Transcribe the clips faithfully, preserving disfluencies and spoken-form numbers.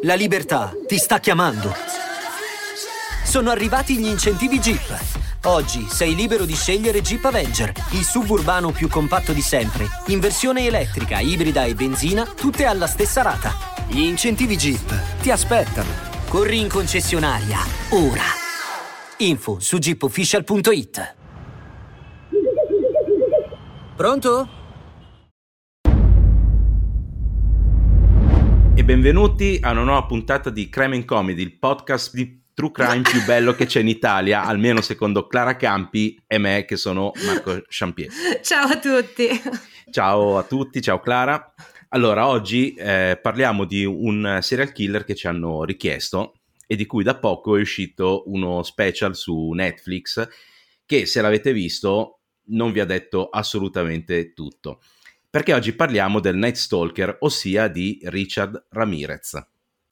La libertà ti sta chiamando. Sono arrivati gli incentivi Jeep. Oggi sei libero di scegliere Jeep Avenger, il suburbano più compatto di sempre, in versione elettrica, ibrida e benzina, tutte alla stessa rata. Gli incentivi Jeep ti aspettano. Corri in concessionaria, ora. Info su jeep official punto it. Pronto? E benvenuti a una nuova puntata di Crime and Comedy, il podcast di true crime più bello che c'è in Italia, almeno secondo Clara Campi e me che sono Marco Champier. Ciao a tutti. Ciao a tutti, ciao Clara. Allora, oggi eh, parliamo di un serial killer che ci hanno richiesto e di cui da poco è uscito uno special su Netflix che, se l'avete visto, non vi ha detto assolutamente tutto. Perché oggi parliamo del Night Stalker, ossia di Richard Ramirez.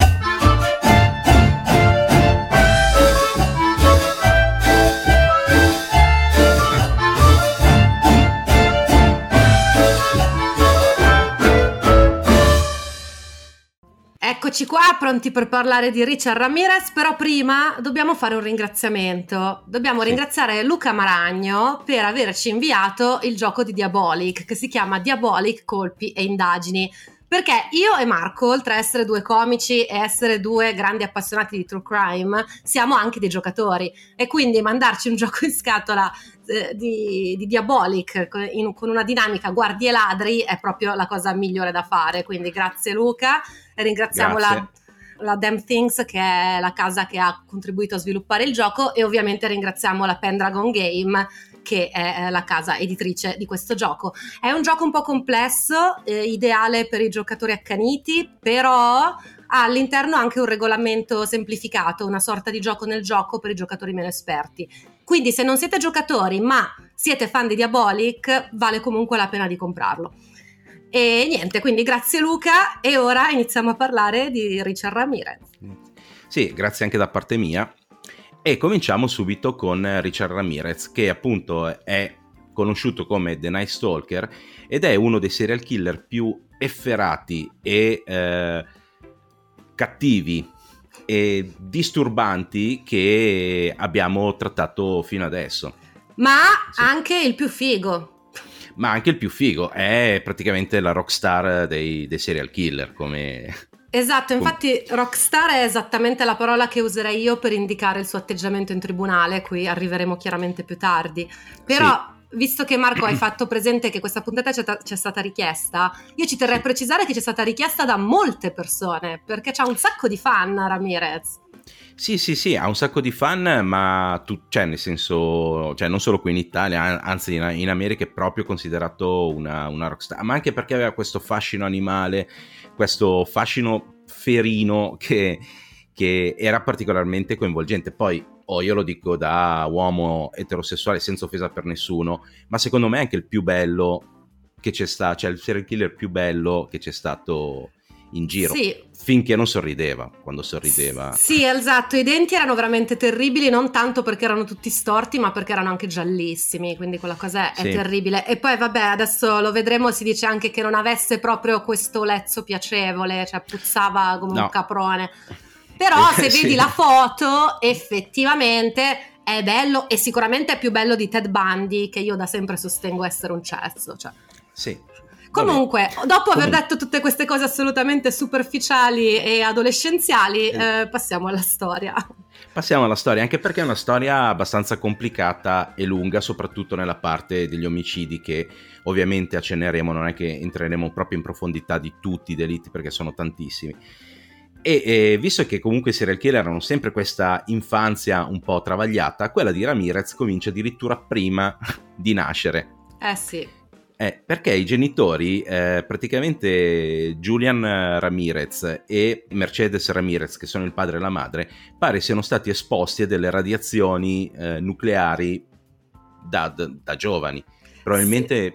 Eccoci qua, pronti per parlare di Richard Ramirez, però prima dobbiamo fare un ringraziamento. Dobbiamo sì. ringraziare Luca Maragno per averci inviato il gioco di Diabolic, che si chiama Diabolic Colpi e Indagini. Perché io e Marco, oltre a essere due comici e essere due grandi appassionati di true crime, siamo anche dei giocatori. E quindi mandarci un gioco in scatola eh, di, di Diabolic in, con una dinamica guardie e ladri è proprio la cosa migliore da fare. Quindi grazie Luca. E ringraziamo la, la Damn Things, che è la casa che ha contribuito a sviluppare il gioco, e ovviamente ringraziamo la Pendragon Game, che è la casa editrice di questo gioco. È un gioco un po' complesso, eh, ideale per i giocatori accaniti, però ha all'interno anche un regolamento semplificato, una sorta di gioco nel gioco per i giocatori meno esperti. Quindi se non siete giocatori ma siete fan di Diabolic, vale comunque la pena di comprarlo. E niente, quindi grazie Luca, e ora iniziamo a parlare di Richard Ramirez. Sì, grazie anche da parte mia. E cominciamo subito con Richard Ramirez, che appunto è conosciuto come The Night Stalker ed è uno dei serial killer più efferati e eh, cattivi e disturbanti che abbiamo trattato fino adesso. Ma sì. anche il più figo. Ma anche il più figo, è praticamente la rockstar dei, dei serial killer, come... Esatto, infatti rockstar è esattamente la parola che userei io per indicare il suo atteggiamento in tribunale, qui arriveremo chiaramente più tardi. Però, sì. Visto che Marco hai fatto presente che questa puntata c'è, c'è stata richiesta, io ci terrei a precisare che c'è stata richiesta da molte persone, perché c'ha un sacco di fan Ramirez. Sì, sì, sì, ha un sacco di fan, ma tu, cioè, nel senso, cioè, non solo qui in Italia, anzi in, in America è proprio considerato una, una rockstar, ma anche perché aveva questo fascino animale, questo fascino ferino che, che era particolarmente coinvolgente. Poi, oh, io lo dico da uomo eterosessuale, senza offesa per nessuno, ma secondo me è anche il più bello che c'è stato, cioè il serial killer più bello che c'è stato in giro, sì. Finché non sorrideva. Quando sorrideva, sì, esatto, i denti erano veramente terribili, non tanto perché erano tutti storti, ma perché erano anche giallissimi, quindi quella cosa è, sì. è terribile. E poi vabbè, adesso lo vedremo, si dice anche che non avesse proprio questo lezzo piacevole, cioè puzzava come no. un caprone. Però se sì. vedi la foto, effettivamente è bello, e sicuramente è più bello di Ted Bundy, che io da sempre sostengo essere un cesso, cioè. Sì. Comunque, dopo aver detto tutte queste cose assolutamente superficiali e adolescenziali, eh, passiamo alla storia. Passiamo alla storia, anche perché è una storia abbastanza complicata e lunga, soprattutto nella parte degli omicidi, che ovviamente accenneremo, non è che entreremo proprio in profondità di tutti i delitti, perché sono tantissimi. E, e visto che comunque i serial killer hanno sempre questa infanzia un po' travagliata, quella di Ramirez comincia addirittura prima di nascere. Eh sì. Eh, perché i genitori, eh, praticamente Julian Ramirez e Mercedes Ramirez, che sono il padre e la madre, pare siano stati esposti a delle radiazioni eh, nucleari da, da, da giovani. Probabilmente sì.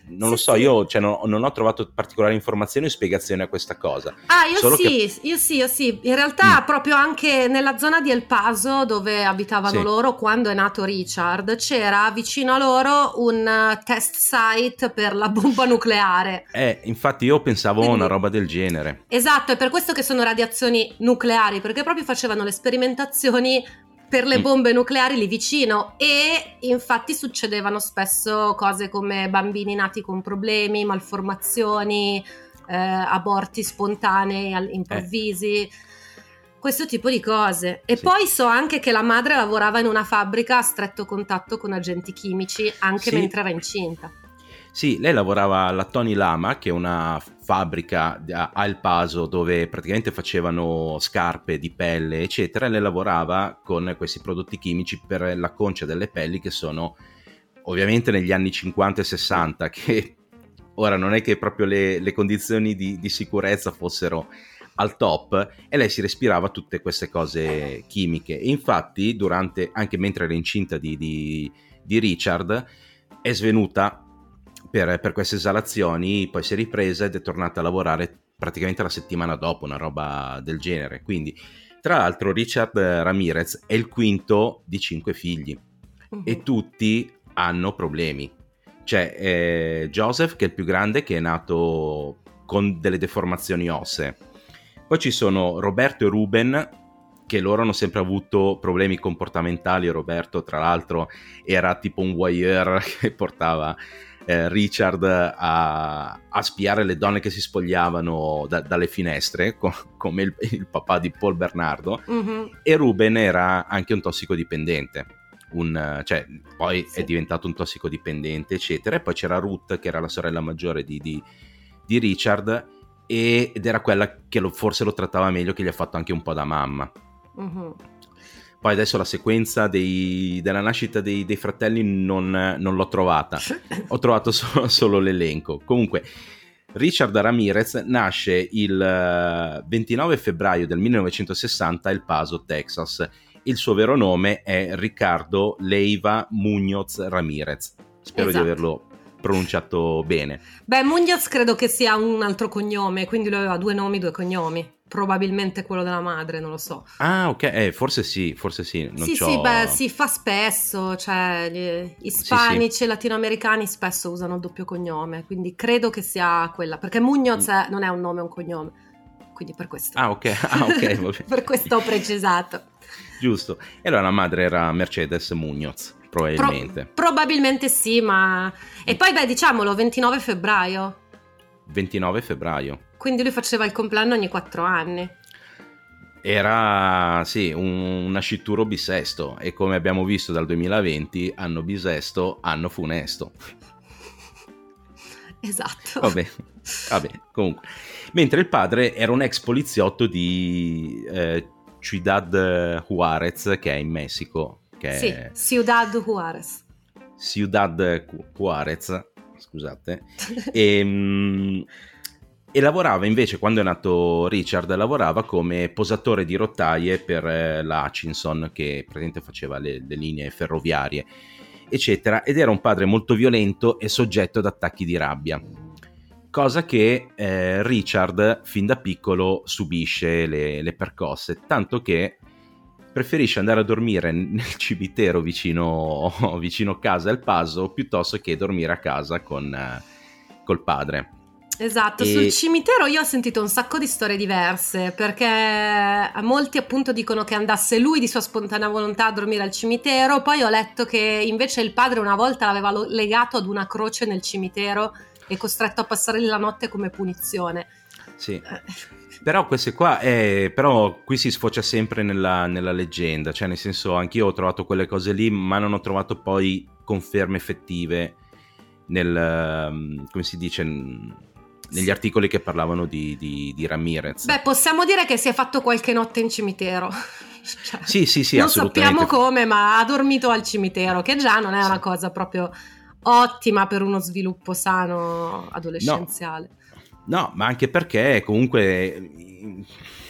non sì, lo so, sì. io cioè, non, non ho trovato particolari informazioni o spiegazioni a questa cosa. Ah, io Solo sì, che... io sì, io sì. In realtà Mm. proprio anche nella zona di El Paso dove abitavano Sì. loro quando è nato Richard, c'era vicino a loro un uh, test site per la bomba nucleare. Eh, infatti io pensavo a Quindi- una roba del genere. Esatto, è per questo che sono radiazioni nucleari, perché proprio facevano le sperimentazioni per le Mm. bombe nucleari lì vicino e infatti succedevano spesso cose come bambini nati con problemi, malformazioni, eh, aborti spontanei al- improvvisi, questo tipo di cose. E Sì. poi so anche che la madre lavorava in una fabbrica a stretto contatto con agenti chimici anche Sì. mentre era incinta. Sì, lei lavorava alla Tony Lama, che è una fabbrica a a El Paso dove praticamente facevano scarpe di pelle, eccetera, e lei lavorava con questi prodotti chimici per la concia delle pelli che sono ovviamente negli anni cinquanta e sessanta, che ora non è che proprio le, le condizioni di, di sicurezza fossero al top, e lei si respirava tutte queste cose chimiche. E infatti, durante, anche mentre era incinta di, di, di Richard, è svenuta per, per queste esalazioni, poi si è ripresa ed è tornata a lavorare praticamente la settimana dopo, una roba del genere. Quindi, tra l'altro, Richard Ramirez è il quinto di cinque figli Mhm. e tutti hanno problemi. C'è eh, Joseph, che è il più grande, che è nato con delle deformazioni ossee. Poi ci sono Roberto e Ruben, che loro hanno sempre avuto problemi comportamentali. Roberto, tra l'altro, era tipo un voyeur che portava eh, Richard a, a spiare le donne che si spogliavano da, dalle finestre, co- come il, il papà di Paul Bernardo. Mhm. E Ruben era anche un tossicodipendente. Un, cioè, poi Sì. è diventato un tossicodipendente, eccetera. E poi c'era Ruth, che era la sorella maggiore di, di, di Richard, ed era quella che lo, forse lo trattava meglio, che gli ha fatto anche un po' da mamma. Mhm. Poi adesso la sequenza dei, della nascita dei, dei fratelli non, non l'ho trovata, ho trovato solo, solo l'elenco. Comunque Richard Ramirez nasce il ventinove febbraio del millenovecentosessanta a El Paso, Texas. Il suo vero nome è Ricardo Leiva Muñoz Ramirez. Spero Esatto. di averlo pronunciato bene. Beh, Muñoz credo che sia un altro cognome, quindi lui aveva due nomi, due cognomi. Probabilmente quello della madre, non lo so. Ah, ok, eh, forse sì, forse sì. Non sì, c'ho... sì, beh, si fa spesso, cioè gli ispanici Sì, e latinoamericani spesso usano il doppio cognome, quindi credo che sia quella, perché Muñoz è- non è un nome, è un cognome, quindi per questo. Ah, ok, ah, ok, vabbè. Per questo ho precisato. Giusto. E allora la madre era Mercedes Muñoz, Pro- probabilmente. probabilmente sì, ma... E poi, beh, diciamolo, ventinove febbraio, ventinove febbraio. quindi lui faceva il compleanno ogni quattro anni. Era, sì, un, un nascituro bisesto, e come abbiamo visto dal duemilaventi, anno bisesto, anno funesto. Esatto. Vabbè, vabbè, comunque. Mentre il padre era un ex poliziotto di eh, Ciudad Juárez, che è in Messico, che Sì, è Ciudad Juárez. Ciudad Juárez, scusate. E, mm, e lavorava invece, quando è nato Richard, lavorava come posatore di rotaie per eh, la Hutchinson, che praticamente faceva le, le linee ferroviarie, eccetera, ed era un padre molto violento e soggetto ad attacchi di rabbia, cosa che eh, Richard fin da piccolo subisce le, le percosse, tanto che preferisce andare a dormire nel cimitero vicino, vicino casa El Paso, piuttosto che dormire a casa con, eh, col padre. Esatto, E- sul cimitero io ho sentito un sacco di storie diverse, perché molti appunto dicono che andasse lui di sua spontanea volontà a dormire al cimitero, poi ho letto che invece il padre una volta l'aveva lo- legato ad una croce nel cimitero e costretto a passare la notte come punizione. Sì. Eh, Però queste qua, eh, però qui si sfocia sempre nella, nella leggenda, cioè nel senso, anch'io ho trovato quelle cose lì, ma non ho trovato poi conferme effettive nel, um, come si dice, n- negli Sì. articoli che parlavano di, di, di Ramirez. Beh, possiamo dire che si è fatto qualche notte in cimitero. Cioè, Sì, sì, sì, non assolutamente. sappiamo come, ma ha dormito al cimitero, che già non è Sì. una cosa proprio ottima per uno sviluppo sano adolescenziale. No, ma anche perché comunque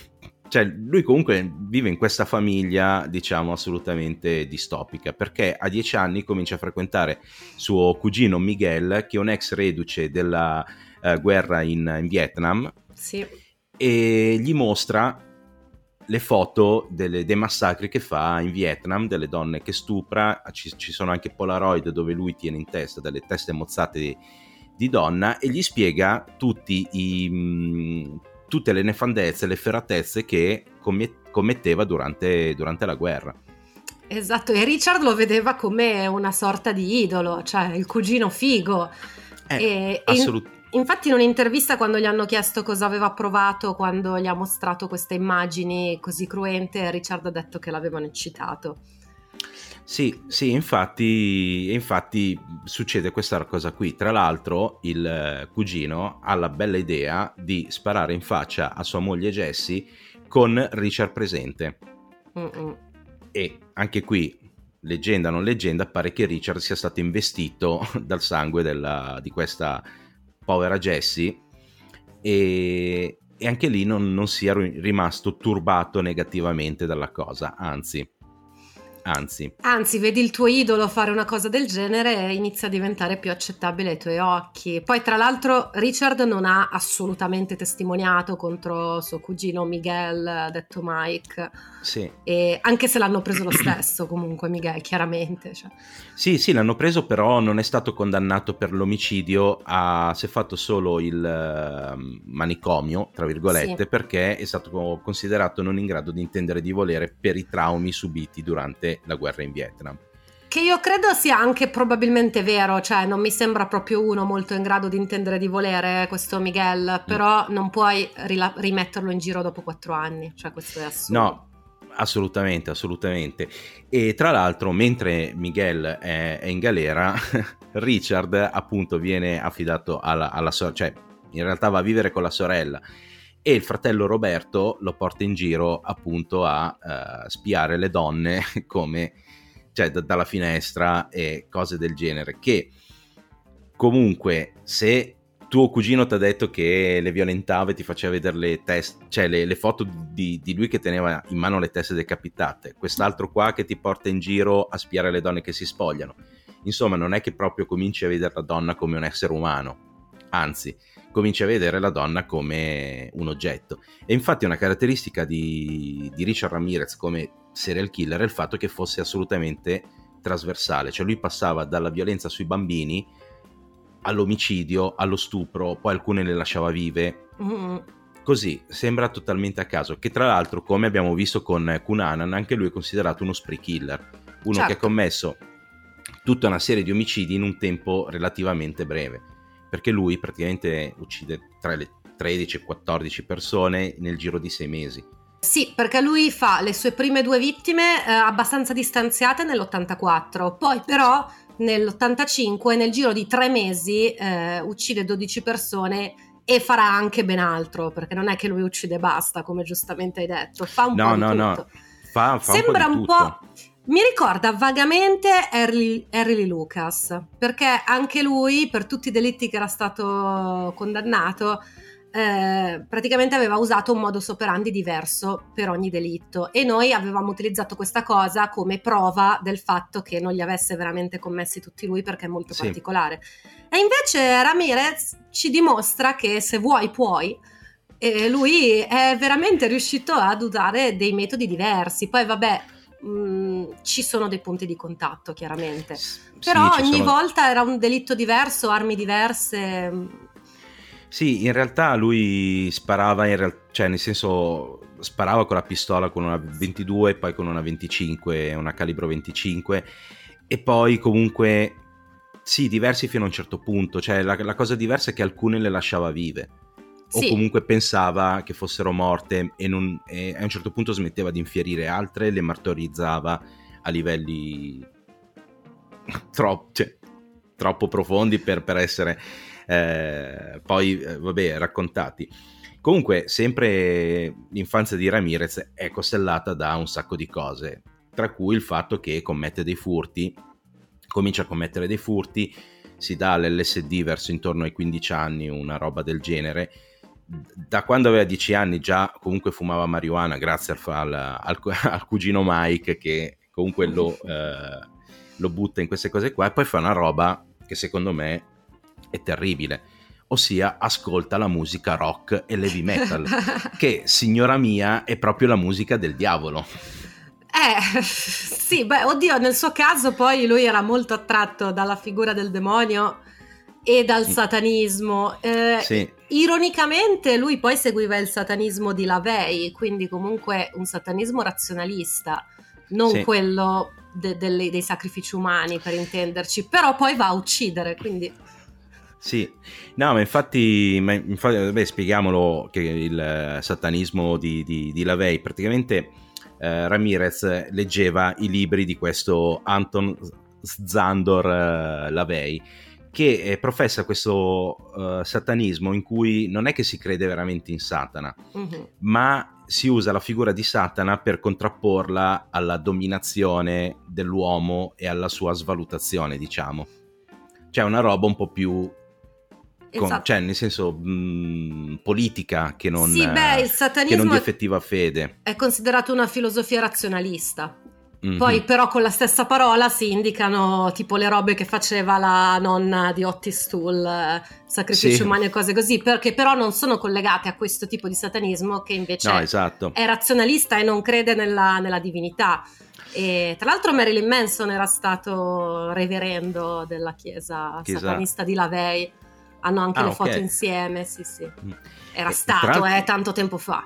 cioè lui comunque vive in questa famiglia, diciamo, assolutamente distopica, perché a dieci anni comincia a frequentare suo cugino Miguel, che è un ex reduce della uh, guerra in, in Vietnam, sì. E gli mostra le foto delle, dei massacri che fa in Vietnam, delle donne che stupra. Ci, ci sono anche Polaroid dove lui tiene in testa delle teste mozzate di, di donna, e gli spiega tutti i, mh, tutte le nefandezze, le efferatezze che commetteva durante, durante la guerra. Esatto, e Richard lo vedeva come una sorta di idolo, cioè il cugino figo. Eh, assolutamente. Infatti in un'intervista, quando gli hanno chiesto cosa aveva provato quando gli ha mostrato queste immagini così cruente, Richard ha detto che l'avevano eccitato. Sì, sì, infatti, infatti succede questa cosa qui. Tra l'altro il cugino ha la bella idea di sparare in faccia a sua moglie Jessie con Richard presente. Mm-mm. E anche qui, leggenda non leggenda, pare che Richard sia stato investito dal sangue della, di questa povera Jessie, e, e anche lì non, non sia rimasto turbato negativamente dalla cosa, anzi anzi anzi vedi il tuo idolo fare una cosa del genere e inizia a diventare più accettabile ai tuoi occhi. Poi tra l'altro Richard non ha assolutamente testimoniato contro suo cugino Miguel, detto Mike, sì. E anche se l'hanno preso lo stesso comunque Miguel, chiaramente, cioè. Sì, sì, l'hanno preso, però non è stato condannato per l'omicidio, ha, si è fatto solo il uh, manicomio, tra virgolette, sì. Perché è stato considerato non in grado di intendere e di volere per i traumi subiti durante la guerra in Vietnam. Che io credo sia anche probabilmente vero, cioè non mi sembra proprio uno molto in grado di intendere e di volere questo Miguel, però mm. non puoi rila- rimetterlo in giro dopo quattro anni, cioè questo è assurdo. No. Assolutamente, assolutamente. E tra l'altro, mentre Miguel è, è in galera, Richard appunto viene affidato alla, alla sorella, cioè in realtà va a vivere con la sorella, e il fratello Roberto lo porta in giro appunto a uh, spiare le donne come, cioè d- dalla finestra e cose del genere, che comunque se tuo cugino ti ha detto che le violentava e ti faceva vedere le teste, cioè le, le foto di, di lui che teneva in mano le teste decapitate, quest'altro qua che ti porta in giro a spiare le donne che si spogliano, insomma non è che proprio cominci a vedere la donna come un essere umano, anzi cominci a vedere la donna come un oggetto. E infatti una caratteristica di, di Richard Ramirez come serial killer è il fatto che fosse assolutamente trasversale, cioè lui passava dalla violenza sui bambini all'omicidio, allo stupro, poi alcune le lasciava vive, mm. Così, sembra totalmente a caso, che tra l'altro, come abbiamo visto con Cunanan, anche lui è considerato uno spree killer, uno certo. che ha commesso tutta una serie di omicidi in un tempo relativamente breve, perché lui praticamente uccide tra le tredici e quattordici persone nel giro di sei mesi. Sì, perché lui fa le sue prime due vittime eh, abbastanza distanziate nell'ottantaquattro, poi però nell'ottantacinque, nel giro di tre mesi, eh, uccide dodici persone e farà anche ben altro, perché non è che lui uccide e basta, come giustamente hai detto, fa un no, po' no, di no. tutto. Fa, fa Sembra un po' di un tutto. po'... Mi ricorda vagamente Harry, Harry Lee Lucas, perché anche lui, per tutti i delitti che era stato condannato, eh, praticamente aveva usato un modus operandi diverso per ogni delitto, e noi avevamo utilizzato questa cosa come prova del fatto che non li avesse veramente commessi tutti lui, perché è molto sì. particolare. E invece Ramirez ci dimostra che se vuoi puoi, e lui è veramente riuscito ad usare dei metodi diversi. Poi vabbè, mh, ci sono dei punti di contatto chiaramente, sì, però ogni sono... volta era un delitto diverso, armi diverse. Sì, in realtà lui sparava, in real... cioè nel senso sparava con la pistola con una ventidue, poi con una venticinque, una calibro venticinque, e poi comunque sì, diversi fino a un certo punto, cioè la, la cosa diversa è che alcune le lasciava vive, o sì. comunque pensava che fossero morte, e, non, e a un certo punto smetteva di infierire, altre le martorizzava a livelli troppo, cioè, troppo profondi per, per essere... Eh, poi eh, vabbè raccontati. Comunque sempre l'infanzia di Ramirez è costellata da un sacco di cose, tra cui il fatto che commette dei furti, comincia a commettere dei furti, si dà l'L S D verso intorno ai quindici anni, una roba del genere, da quando aveva dieci anni già comunque fumava marijuana grazie al, al, al, al cugino Mike, che comunque lo, eh, lo butta in queste cose qua, e poi fa una roba che secondo me è terribile, ossia ascolta la musica rock e l'heavy metal, che, signora mia, è proprio la musica del diavolo. Eh, sì, beh, oddio, nel suo caso poi lui era molto attratto dalla figura del demonio e dal satanismo. Eh, sì. Ironicamente lui poi seguiva il satanismo di LaVey, quindi comunque un satanismo razionalista, non sì. quello de- delle, dei sacrifici umani, per intenderci, però poi va a uccidere, quindi... Sì, no, ma infatti, ma infatti beh, spieghiamolo che il satanismo di, di, di LaVey, praticamente eh, Ramirez leggeva i libri di questo Anton Szandor eh, LaVey, che eh, professa questo uh, satanismo in cui non è che si crede veramente in Satana, mm-hmm. ma si usa la figura di Satana per contrapporla alla dominazione dell'uomo e alla sua svalutazione, diciamo. Cioè una roba un po' più... Con, esatto. Cioè nel senso mh, politica che non, sì, beh, il satanismo che non di effettiva fede. È considerato una filosofia razionalista. Mm-hmm. Poi però con la stessa parola si indicano tipo le robe che faceva la nonna di Otis Toole, sacrifici sì. umani e cose così, perché però non sono collegate a questo tipo di satanismo che invece no, esatto. è razionalista e non crede nella, nella divinità. E tra l'altro Marilyn Manson era stato reverendo della chiesa, chiesa. satanista di LaVey. Hanno anche ah, le foto okay. insieme, sì sì. Era stato, eh, tanto tempo fa.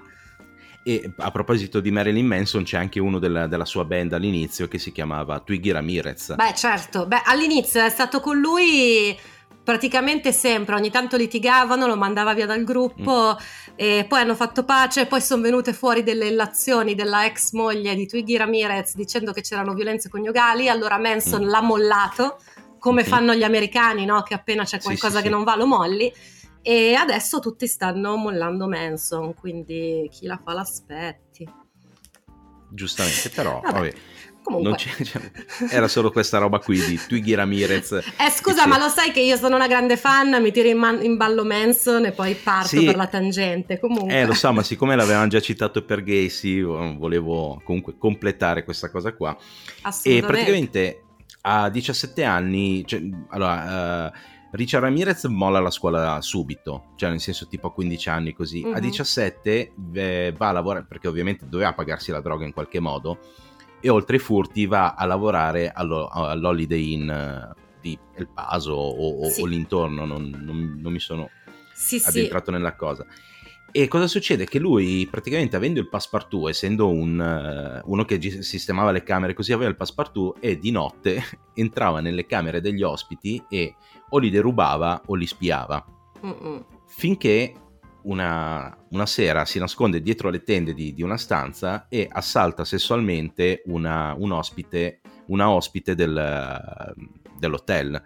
E a proposito di Marilyn Manson, c'è anche uno della, della sua band all'inizio che si chiamava Twiggy Ramirez. Beh, certo. Beh, all'inizio è stato con lui praticamente sempre, ogni tanto litigavano, lo mandava via dal gruppo, mm. e poi hanno fatto pace, poi sono venute fuori delle illazioni della ex moglie di Twiggy Ramirez dicendo che c'erano violenze coniugali, allora Manson mm. l'ha mollato, come fanno gli americani, no? Che appena c'è qualcosa sì, sì, che sì. non va lo molli, e adesso tutti stanno mollando Manson, quindi chi la fa l'aspetti. Giustamente, però vabbè, vabbè. Comunque non c'è, cioè, era solo questa roba qui di Twiggy Ramirez. Eh scusa, ma lo sai che io sono una grande fan, mi tiro in, man- in ballo Manson e poi parto sì. per la tangente. Comunque Eh lo so, ma siccome l'avevamo già citato per Gacy, volevo comunque completare questa cosa qua. Assolutamente. E praticamente a diciassette anni, cioè, allora, uh, Richard Ramirez molla la scuola subito, cioè nel senso tipo a quindici anni così. Mm-hmm. A diciassette eh, va a lavorare, perché ovviamente doveva pagarsi la droga in qualche modo, e oltre ai furti va a lavorare allo, all'Holiday Inn uh, di El Paso o, sì. o l'intorno, non, non, non mi sono sì, addentrato sì. nella cosa. E cosa succede? Che lui praticamente, avendo il passepartout, essendo un, uh, uno che gi- sistemava le camere così, aveva il passepartout e di notte entrava nelle camere degli ospiti e o li derubava o li spiava. Mm-mm. Finché una, una sera si nasconde dietro le tende di, di una stanza e assalta sessualmente una, un ospite, una ospite del, dell'hotel.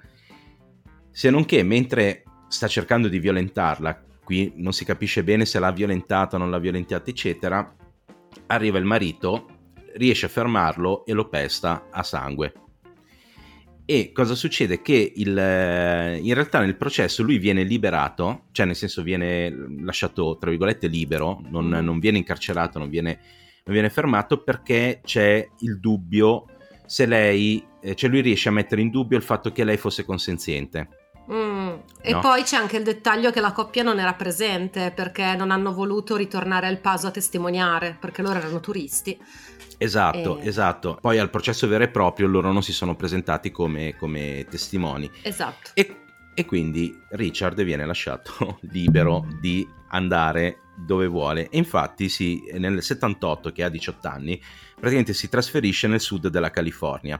Se non che mentre sta cercando di violentarla, qui non si capisce bene se l'ha violentata o non l'ha violentata, eccetera, arriva il marito, riesce a fermarlo e lo pesta a sangue. E cosa succede? Che il, in realtà nel processo lui viene liberato, cioè nel senso viene lasciato tra virgolette libero, non, non viene incarcerato, non viene, non viene fermato, perché c'è il dubbio se lei, cioè lui riesce a mettere in dubbio il fatto che lei fosse consenziente. Mm. E no? Poi c'è anche il dettaglio che la coppia non era presente perché non hanno voluto ritornare al Paso a testimoniare, perché loro erano turisti. Esatto, e... esatto. Poi al processo vero e proprio loro non si sono presentati come, come testimoni. Esatto. E, e quindi Richard viene lasciato libero di andare dove vuole. E infatti sì, nel settantotto, che ha diciotto anni, praticamente si trasferisce nel sud della California.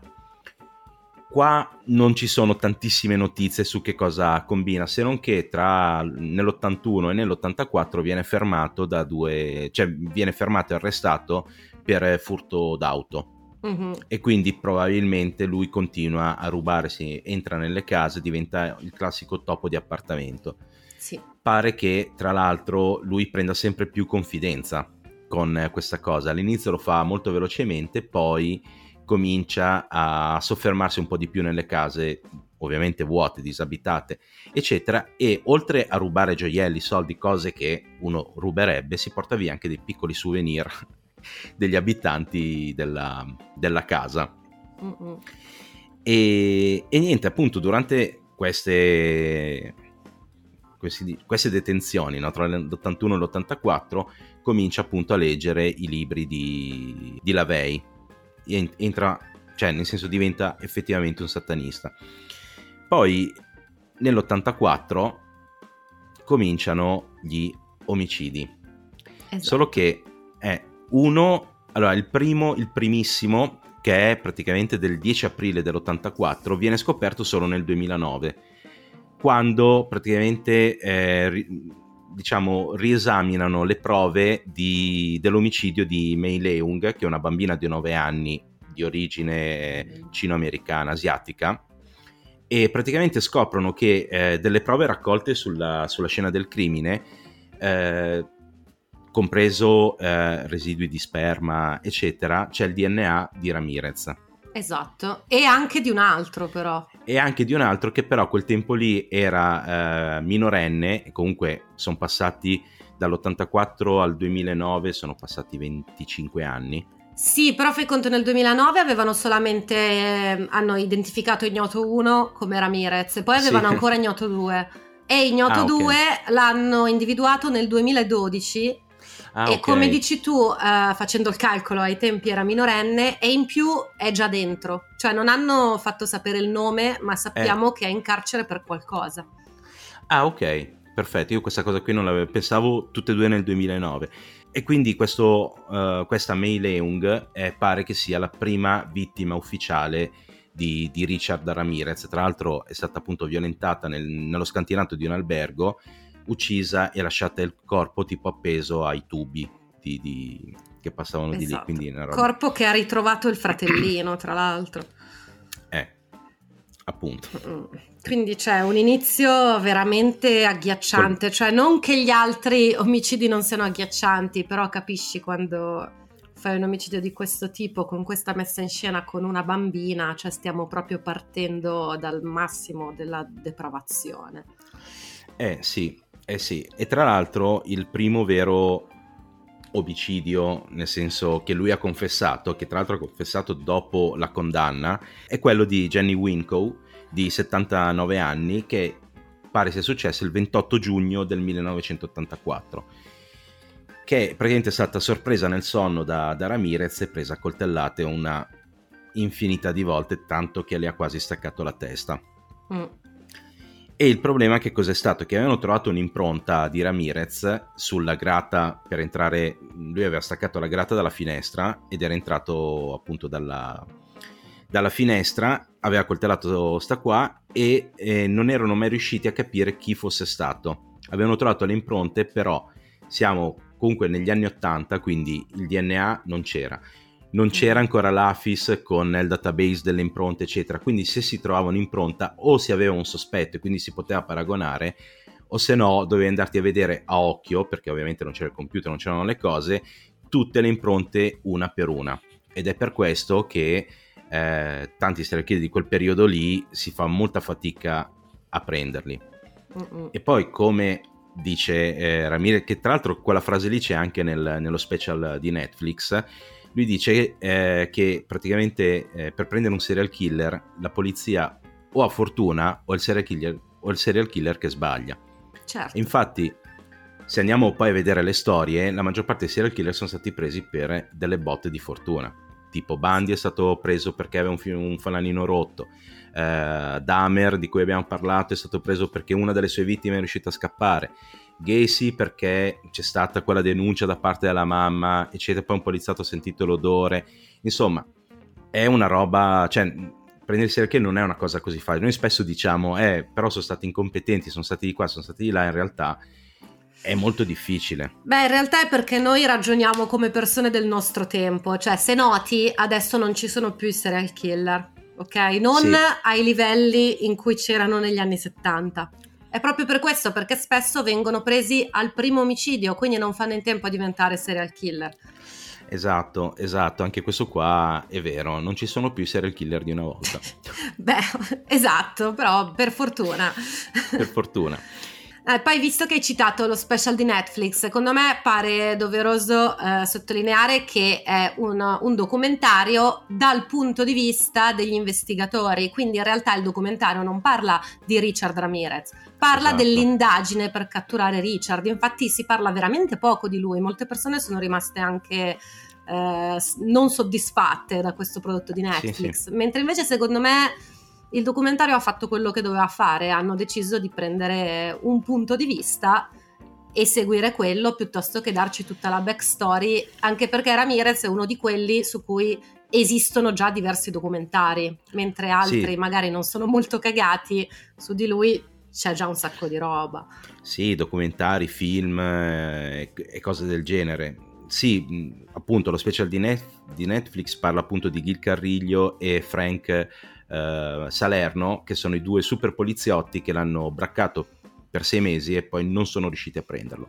Qua non ci sono tantissime notizie su che cosa combina, se non che tra nell'ottantuno e nell'ottantaquattro viene fermato da due, cioè viene fermato e arrestato per furto d'auto. Mm-hmm. E quindi probabilmente lui continua a rubare, si entra nelle case, diventa il classico topo di appartamento. Sì. Pare che tra l'altro lui prenda sempre più confidenza con questa cosa. All'inizio lo fa molto velocemente, poi comincia a soffermarsi un po' di più nelle case ovviamente vuote, disabitate, eccetera, e oltre a rubare gioielli, soldi, cose che uno ruberebbe, si porta via anche dei piccoli souvenir degli abitanti della, della casa. Uh-uh. E, e niente, appunto, durante queste, questi, queste detenzioni, no, tra l'ottantuno e l'ottantaquattro, comincia appunto a leggere i libri di, di LaVey, entra, cioè nel senso diventa effettivamente un satanista. Poi nell'ottantaquattro cominciano gli omicidi, esatto. Solo che è uno, allora il primo, il primissimo, che è praticamente del dieci aprile dell'ottantaquattro, viene scoperto solo nel duemilanove, quando praticamente eh, diciamo riesaminano le prove di, dell'omicidio di Mei Leung, che è una bambina di nove anni di origine cino-americana, asiatica, e praticamente scoprono che eh, delle prove raccolte sulla, sulla scena del crimine, eh, compreso eh, residui di sperma, eccetera, c'è il D N A di Ramirez. Esatto, e anche di un altro però. E anche di un altro che però a quel tempo lì era eh, minorenne, e comunque sono passati dall'ottantaquattro al duemilanove, sono passati venticinque anni. Sì, però fai conto, nel duemilanove avevano solamente, eh, hanno identificato Ignoto uno come Ramirez, e poi avevano sì. ancora Ignoto due, e Ignoto ah, okay. due l'hanno individuato nel duemiladodici. Ah, e okay. come dici tu, uh, facendo il calcolo, ai tempi era minorenne, e in più è già dentro, cioè non hanno fatto sapere il nome, ma sappiamo eh. che è in carcere per qualcosa. Ah, ok, perfetto, io questa cosa qui non l'avevo, pensavo tutte e due nel duemilanove. E quindi questo, uh, questa Mei Leung eh, pare che sia la prima vittima ufficiale di, di Richard Ramirez. Tra l'altro è stata appunto violentata nel, nello scantinato di un albergo, uccisa e lasciata il corpo tipo appeso ai tubi di, di, che passavano esatto. di lì. Quindi una roba... Corpo che ha ritrovato il fratellino, tra l'altro. Eh, appunto. Quindi c'è un inizio veramente agghiacciante, cioè non che gli altri omicidi non siano agghiaccianti, però capisci quando fai un omicidio di questo tipo, con questa messa in scena con una bambina, cioè stiamo proprio partendo dal massimo della depravazione. Eh sì, eh sì, e tra l'altro il primo vero omicidio, nel senso che lui ha confessato, che tra l'altro ha confessato dopo la condanna, è quello di Jenny Winkow, di settantanove anni, che pare sia successo il ventotto giugno del millenovecentottantaquattro, che praticamente è stata sorpresa nel sonno da, da Ramirez e presa a coltellate una infinità di volte, tanto che le ha quasi staccato la testa. Mm. E il problema che cos'è stato? Che avevano trovato un'impronta di Ramirez sulla grata per entrare, lui aveva staccato la grata dalla finestra ed era entrato appunto dalla, dalla finestra, aveva coltellato sta qua e eh, non erano mai riusciti a capire chi fosse stato. Avevano trovato le impronte, però siamo comunque negli anni ottanta, quindi il D N A non c'era. Non c'era ancora l'A F I S con il database delle impronte, eccetera. Quindi se si trovava un'impronta o si aveva un sospetto e quindi si poteva paragonare, o se no dovevi andarti a vedere a occhio, perché ovviamente non c'era il computer, non c'erano le cose, tutte le impronte una per una. Ed è per questo che eh, tanti serial killer di quel periodo lì si fa molta fatica a prenderli. Uh-uh. E poi, come dice eh, Ramirez, che tra l'altro quella frase lì c'è anche nel, nello special di Netflix, lui dice eh, che praticamente eh, per prendere un serial killer la polizia o ha fortuna o il serial killer, o il serial killer che sbaglia. Certo. Infatti, se andiamo poi a vedere le storie, la maggior parte dei serial killer sono stati presi per delle botte di fortuna. Tipo Bundy è stato preso perché aveva un, un fanalino rotto, eh, Dahmer, di cui abbiamo parlato, è stato preso perché una delle sue vittime è riuscita a scappare, Gacy perché c'è stata quella denuncia da parte della mamma, eccetera, poi un poliziotto ha sentito l'odore. Insomma, è una roba, cioè prendere il serial killer non è una cosa così facile. Noi spesso diciamo eh però sono stati incompetenti, sono stati di qua, sono stati di là. In realtà è molto difficile. Beh, in realtà è perché noi ragioniamo come persone del nostro tempo, cioè se noti adesso non ci sono più i serial killer, ok? Non sì. ai livelli in cui c'erano negli anni settanta. È proprio per questo, perché spesso vengono presi al primo omicidio, quindi non fanno in tempo a diventare serial killer. Esatto, esatto, anche questo qua è vero, non ci sono più i serial killer di una volta. Beh, esatto, però per fortuna. Per fortuna. Eh, poi, visto che hai citato lo special di Netflix, secondo me pare doveroso eh, sottolineare che è un, un documentario dal punto di vista degli investigatori, quindi in realtà il documentario non parla di Richard Ramirez, parla Esatto. dell'indagine per catturare Richard. Infatti si parla veramente poco di lui, molte persone sono rimaste anche eh, non soddisfatte da questo prodotto di Netflix, Sì, sì. mentre invece secondo me il documentario ha fatto quello che doveva fare, hanno deciso di prendere un punto di vista e seguire quello piuttosto che darci tutta la backstory, anche perché Ramirez è uno di quelli su cui esistono già diversi documentari, mentre altri Sì. magari non sono molto cagati, su di lui c'è già un sacco di roba. Sì, documentari, film eh, e cose del genere. Sì, mh, appunto lo special di, Net- di Netflix parla appunto di Gil Carrillo e Frank eh, Salerno, che sono i due super poliziotti che l'hanno braccato per sei mesi e poi non sono riusciti a prenderlo.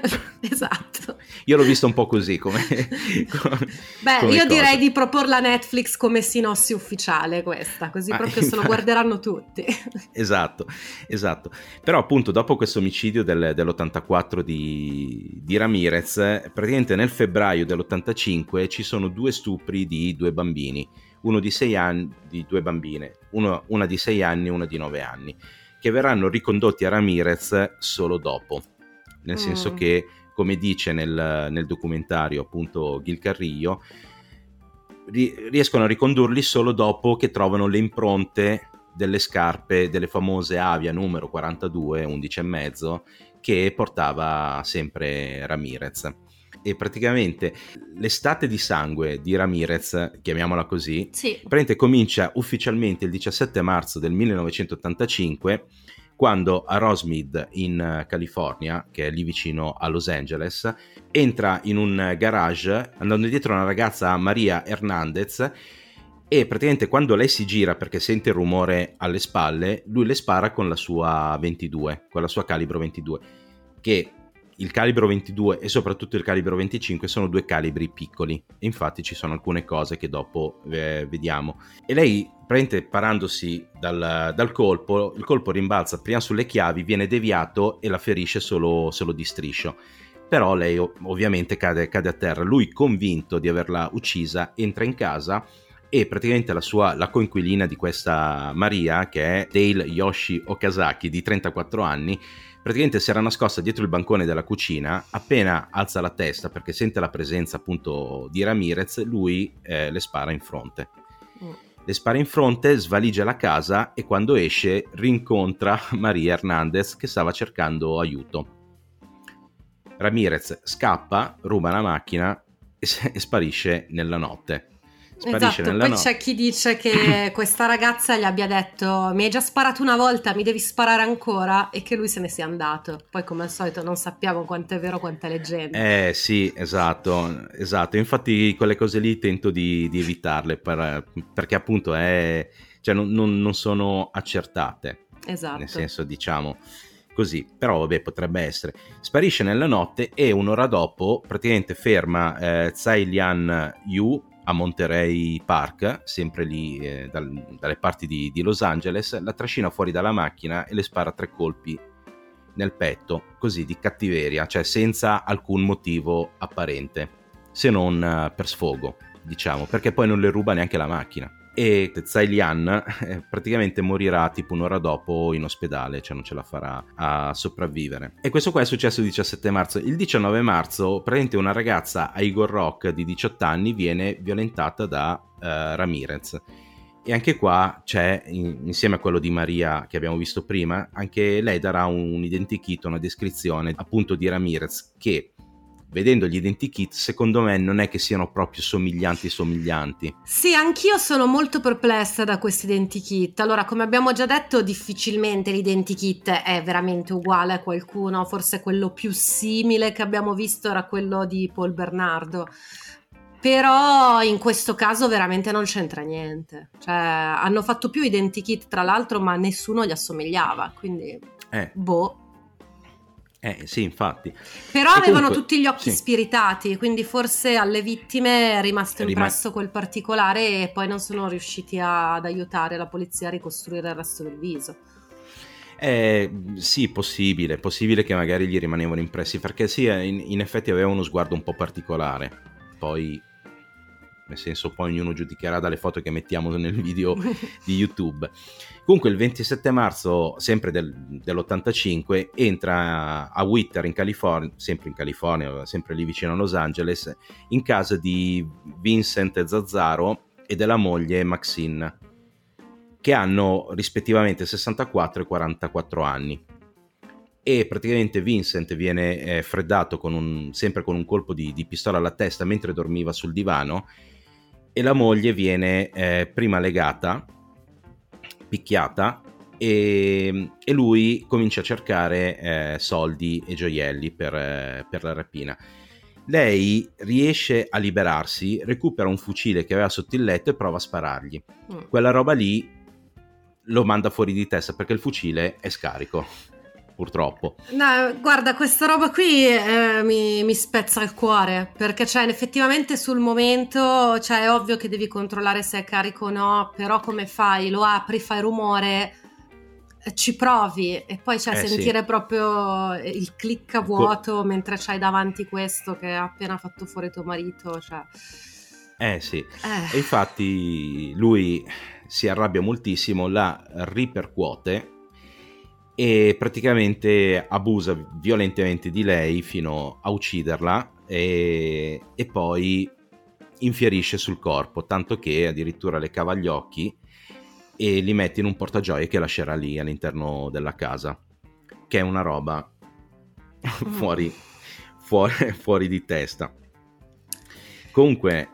Esatto. Io l'ho visto un po' così come, come Beh, come io cosa. direi di proporla a Netflix come sinossi ufficiale questa, così Ah, proprio se lo infatti. guarderanno tutti. Esatto, esatto. Però appunto dopo questo omicidio del, dell'ottantaquattro di, di Ramirez, praticamente nel febbraio dell'ottantacinque ci sono due stupri di due bambini, uno di sei anni, di due bambine, uno, una di sei anni e una di nove anni, che verranno ricondotti a Ramirez solo dopo, nel Mm. senso che, come dice nel, nel documentario appunto Gil Carrillo, ri- riescono a ricondurli solo dopo che trovano le impronte delle scarpe delle famose Avia numero quarantadue, undici e mezzo, che portava sempre Ramirez. E praticamente l'estate di sangue di Ramirez, chiamiamola così, Sì. praticamente comincia ufficialmente il diciassette marzo del millenovecentottantacinque, quando a Rosemead in California, che è lì vicino a Los Angeles, entra in un garage andando dietro una ragazza, Maria Hernandez, e praticamente quando lei si gira perché sente il rumore alle spalle, lui le spara con la sua ventidue, con la sua calibro ventidue, che il calibro ventidue e soprattutto il calibro venticinque sono due calibri piccoli, e infatti ci sono alcune cose che dopo eh, vediamo. E lei, praticamente parandosi dal, dal colpo, il colpo rimbalza prima sulle chiavi, viene deviato e la ferisce solo, solo di striscio. Però lei ovviamente cade, cade a terra. Lui, convinto di averla uccisa, entra in casa e praticamente la sua la coinquilina di questa Maria, che è Dale Yoshi Okazaki, di trentaquattro anni, praticamente si era nascosta dietro il bancone della cucina. Appena alza la testa perché sente la presenza appunto di Ramirez, lui eh, le spara in fronte. Mm. Le spara in fronte, svaligia la casa e quando esce rincontra Maria Hernandez che stava cercando aiuto. Ramirez scappa, ruba la macchina e, e sparisce nella notte. Sparisce esatto, nella poi no- c'è chi dice che questa ragazza gli abbia detto mi hai già sparato una volta, mi devi sparare ancora, e che lui se ne sia andato. Poi come al solito non sappiamo quanto è vero, quanto è leggenda. Eh sì, esatto, esatto. Infatti quelle cose lì tento di, di evitarle per, perché appunto è, cioè non, non, non sono accertate. Esatto. Nel senso, diciamo così, però vabbè, potrebbe essere. Sparisce nella notte e un'ora dopo praticamente ferma eh, Tsai Lian Yu a Monterey Park, sempre lì eh, dal, dalle parti di, di Los Angeles, la trascina fuori dalla macchina e le spara tre colpi nel petto, così di cattiveria, cioè senza alcun motivo apparente, se non uh, per sfogo, diciamo, perché poi non le ruba neanche la macchina. E Tsai Lian eh, praticamente morirà tipo un'ora dopo in ospedale, cioè non ce la farà a sopravvivere. E questo qua è successo il diciassette marzo. Il diciannove marzo praticamente una ragazza a Igor Rock di diciotto anni viene violentata da uh, Ramirez. E anche qua c'è, in, insieme a quello di Maria che abbiamo visto prima, anche lei darà un, un identikit, una descrizione appunto di Ramirez, che vedendo gli identikit secondo me non è che siano proprio somiglianti somiglianti. Sì, anch'io sono molto perplessa da questi identikit. Allora, come abbiamo già detto, difficilmente l'identikit è veramente uguale a qualcuno. Forse quello più simile che abbiamo visto era quello di Paul Bernardo, però in questo caso veramente non c'entra niente. Cioè, hanno fatto più identikit tra l'altro, ma nessuno gli assomigliava, quindi eh. boh. Eh sì, infatti. Però E avevano comunque, tutti gli occhi sì, spiritati, quindi forse alle vittime è rimasto rima- impresso quel particolare e poi non sono riusciti a- ad aiutare la polizia a ricostruire il resto del viso. Eh, sì, possibile, possibile che magari gli rimanevano impressi, perché sì, eh, in, in effetti aveva uno sguardo un po' particolare. Poi, nel senso, poi ognuno giudicherà dalle foto che mettiamo nel video di YouTube. Comunque il ventisette marzo, sempre del, dell'ottantacinque, entra a Whittier in California, sempre in California, sempre lì vicino a Los Angeles, in casa di Vincent Zazzaro e della moglie Maxine, che hanno rispettivamente sessantaquattro e quarantaquattro anni. E praticamente Vincent viene eh, freddato con un, sempre con un colpo di, di pistola alla testa mentre dormiva sul divano, e la moglie viene eh, prima legata, picchiata, e, e lui comincia a cercare eh, soldi e gioielli per, eh, per la rapina. Lei riesce a liberarsi, recupera un fucile che aveva sotto il letto e prova a sparargli. Mm. Quella roba lì lo manda fuori di testa perché il fucile è scarico, purtroppo. No, guarda, questa roba qui eh, mi, mi spezza il cuore, perché cioè, effettivamente sul momento, cioè, è ovvio che devi controllare se è carico o no, però come fai? Lo apri, fai rumore, eh, ci provi e poi cioè, Eh, sentire sì. proprio il click a vuoto mentre c'hai davanti questo che ha appena fatto fuori tuo marito, cioè... Eh sì, Eh. e infatti lui si arrabbia moltissimo, la ripercuote e praticamente abusa violentemente di lei fino a ucciderla, e, e poi infierisce sul corpo, tanto che addirittura le cava gli occhi e li mette in un portagioie che lascerà lì all'interno della casa, che è una roba fuori, fuori, fuori di testa. Comunque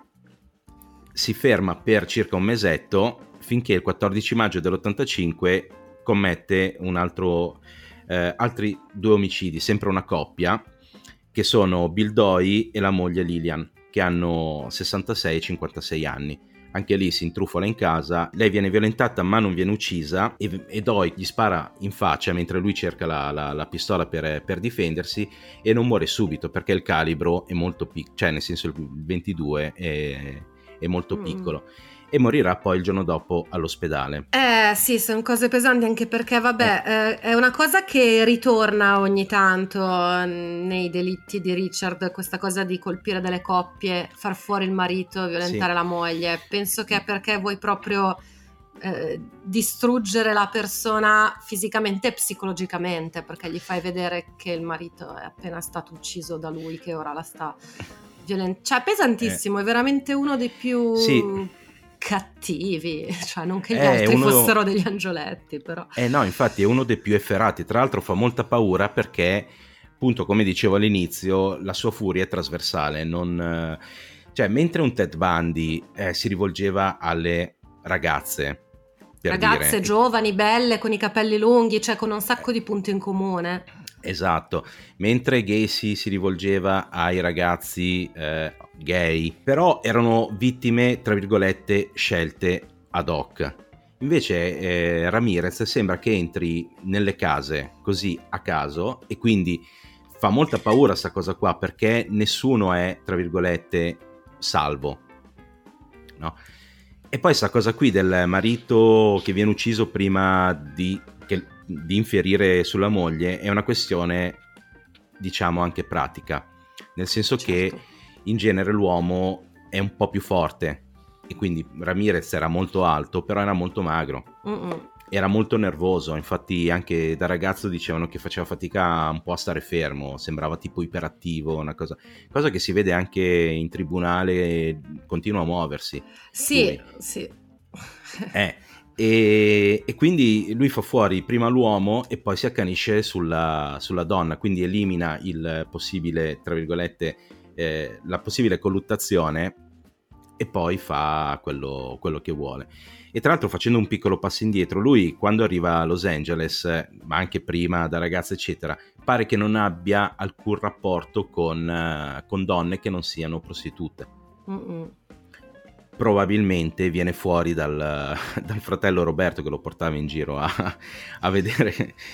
si ferma per circa un mesetto, finché il quattordici maggio dell'ottantacinque commette un altro, eh, altri due omicidi, sempre una coppia, che sono Bill Doy e la moglie Lillian, che hanno sessantasei e cinquantasei anni. Anche lì si intrufola in casa, lei viene violentata ma non viene uccisa, e, e Doy gli spara in faccia mentre lui cerca la, la, la pistola per, per difendersi, e non muore subito perché il calibro è molto piccolo, cioè nel senso il ventidue è, è molto piccolo. Mm. E morirà poi il giorno dopo all'ospedale. Eh sì, sono cose pesanti, anche perché vabbè eh. Eh, è una cosa che ritorna ogni tanto nei delitti di Richard, questa cosa di colpire delle coppie, far fuori il marito, violentare sì. la moglie. Penso che è perché vuoi proprio eh, distruggere la persona fisicamente e psicologicamente, perché gli fai vedere che il marito è appena stato ucciso da lui, che ora la sta violentando. Cioè pesantissimo, eh. è veramente uno dei più... Sì. cattivi, cioè non che gli eh, altri uno... fossero degli angioletti, però eh no, infatti è uno dei più efferati. Tra l'altro fa molta paura perché, appunto, come dicevo all'inizio, la sua furia è trasversale. Non, cioè, mentre un Ted Bundy eh, si rivolgeva alle ragazze, per ragazze dire, giovani, belle, con i capelli lunghi, cioè con un sacco di punti in comune. Esatto, mentre Gacy si rivolgeva ai ragazzi eh, gay, però erano vittime, tra virgolette, scelte ad hoc. Invece eh, Ramirez sembra che entri nelle case così a caso, e quindi fa molta paura sta cosa qua, perché nessuno è, tra virgolette, salvo, no? E poi sta cosa qui del marito che viene ucciso prima di... che di infierire sulla moglie è una questione, diciamo, anche pratica, nel senso certo. che in genere l'uomo è un po' più forte, e quindi Ramirez era molto alto però era molto magro. Mm-mm. Era molto nervoso, infatti anche da ragazzo dicevano che faceva fatica un po' a stare fermo, sembrava tipo iperattivo, una cosa, cosa che si vede anche in tribunale, continua a muoversi. Sì, lui. sì. Eh E, e quindi lui fa fuori prima l'uomo e poi si accanisce sulla, sulla donna, quindi elimina il possibile, tra virgolette, eh, la possibile colluttazione, e poi fa quello, quello che vuole. E tra l'altro, facendo un piccolo passo indietro, lui quando arriva a Los Angeles, ma anche prima da ragazza eccetera, pare che non abbia alcun rapporto con, uh, con donne che non siano prostitute. Mm-mm. Probabilmente viene fuori dal, dal fratello Roberto, che lo portava in giro a, a vedere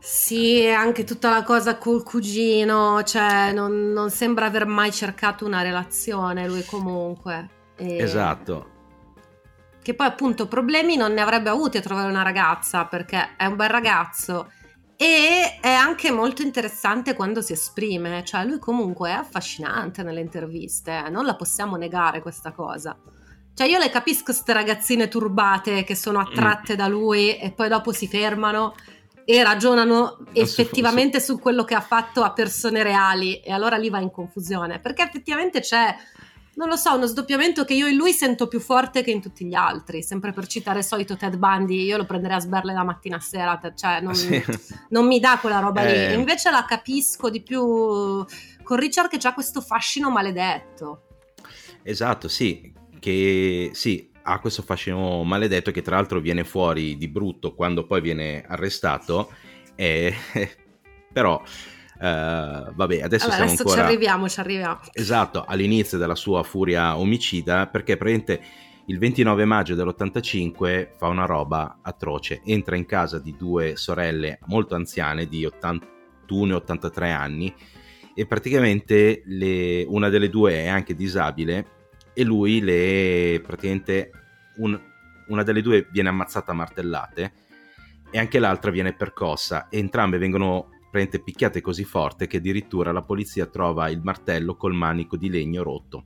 Sì, anche tutta la cosa col cugino, cioè non, non sembra aver mai cercato una relazione lui comunque. E... Esatto. Che poi appunto problemi non ne avrebbe avuti a trovare una ragazza, perché è un bel ragazzo e è anche molto interessante quando si esprime, cioè lui comunque è affascinante nelle interviste, non la possiamo negare questa cosa. Cioè io le capisco queste ragazzine turbate che sono attratte mm. da lui e poi dopo si fermano e ragionano effettivamente su quello che ha fatto a persone reali, e allora lì va in confusione, perché effettivamente c'è, non lo so, uno sdoppiamento che io in lui sento più forte che in tutti gli altri, sempre per citare il solito Ted Bundy, io lo prenderei a sberle da mattina a sera, cioè non, sì. non mi dà quella roba eh. lì, invece la capisco di più con Richard, che c'ha questo fascino maledetto. Esatto, sì, che sì, ha questo fascino maledetto che tra l'altro viene fuori di brutto quando poi viene arrestato, e... però... Uh, vabbè, adesso allora, siamo adesso ancora ci arriviamo, ci arriviamo. Esatto, all'inizio della sua furia omicida, perché praticamente il ventinove maggio dell'ottantacinque fa una roba atroce, entra in casa di due sorelle molto anziane di ottantuno e ottantatré anni, e praticamente le, una delle due è anche disabile e lui le praticamente un, una delle due viene ammazzata a martellate e anche l'altra viene percossa, e entrambe vengono picchiate così forte che addirittura la polizia trova il martello col manico di legno rotto,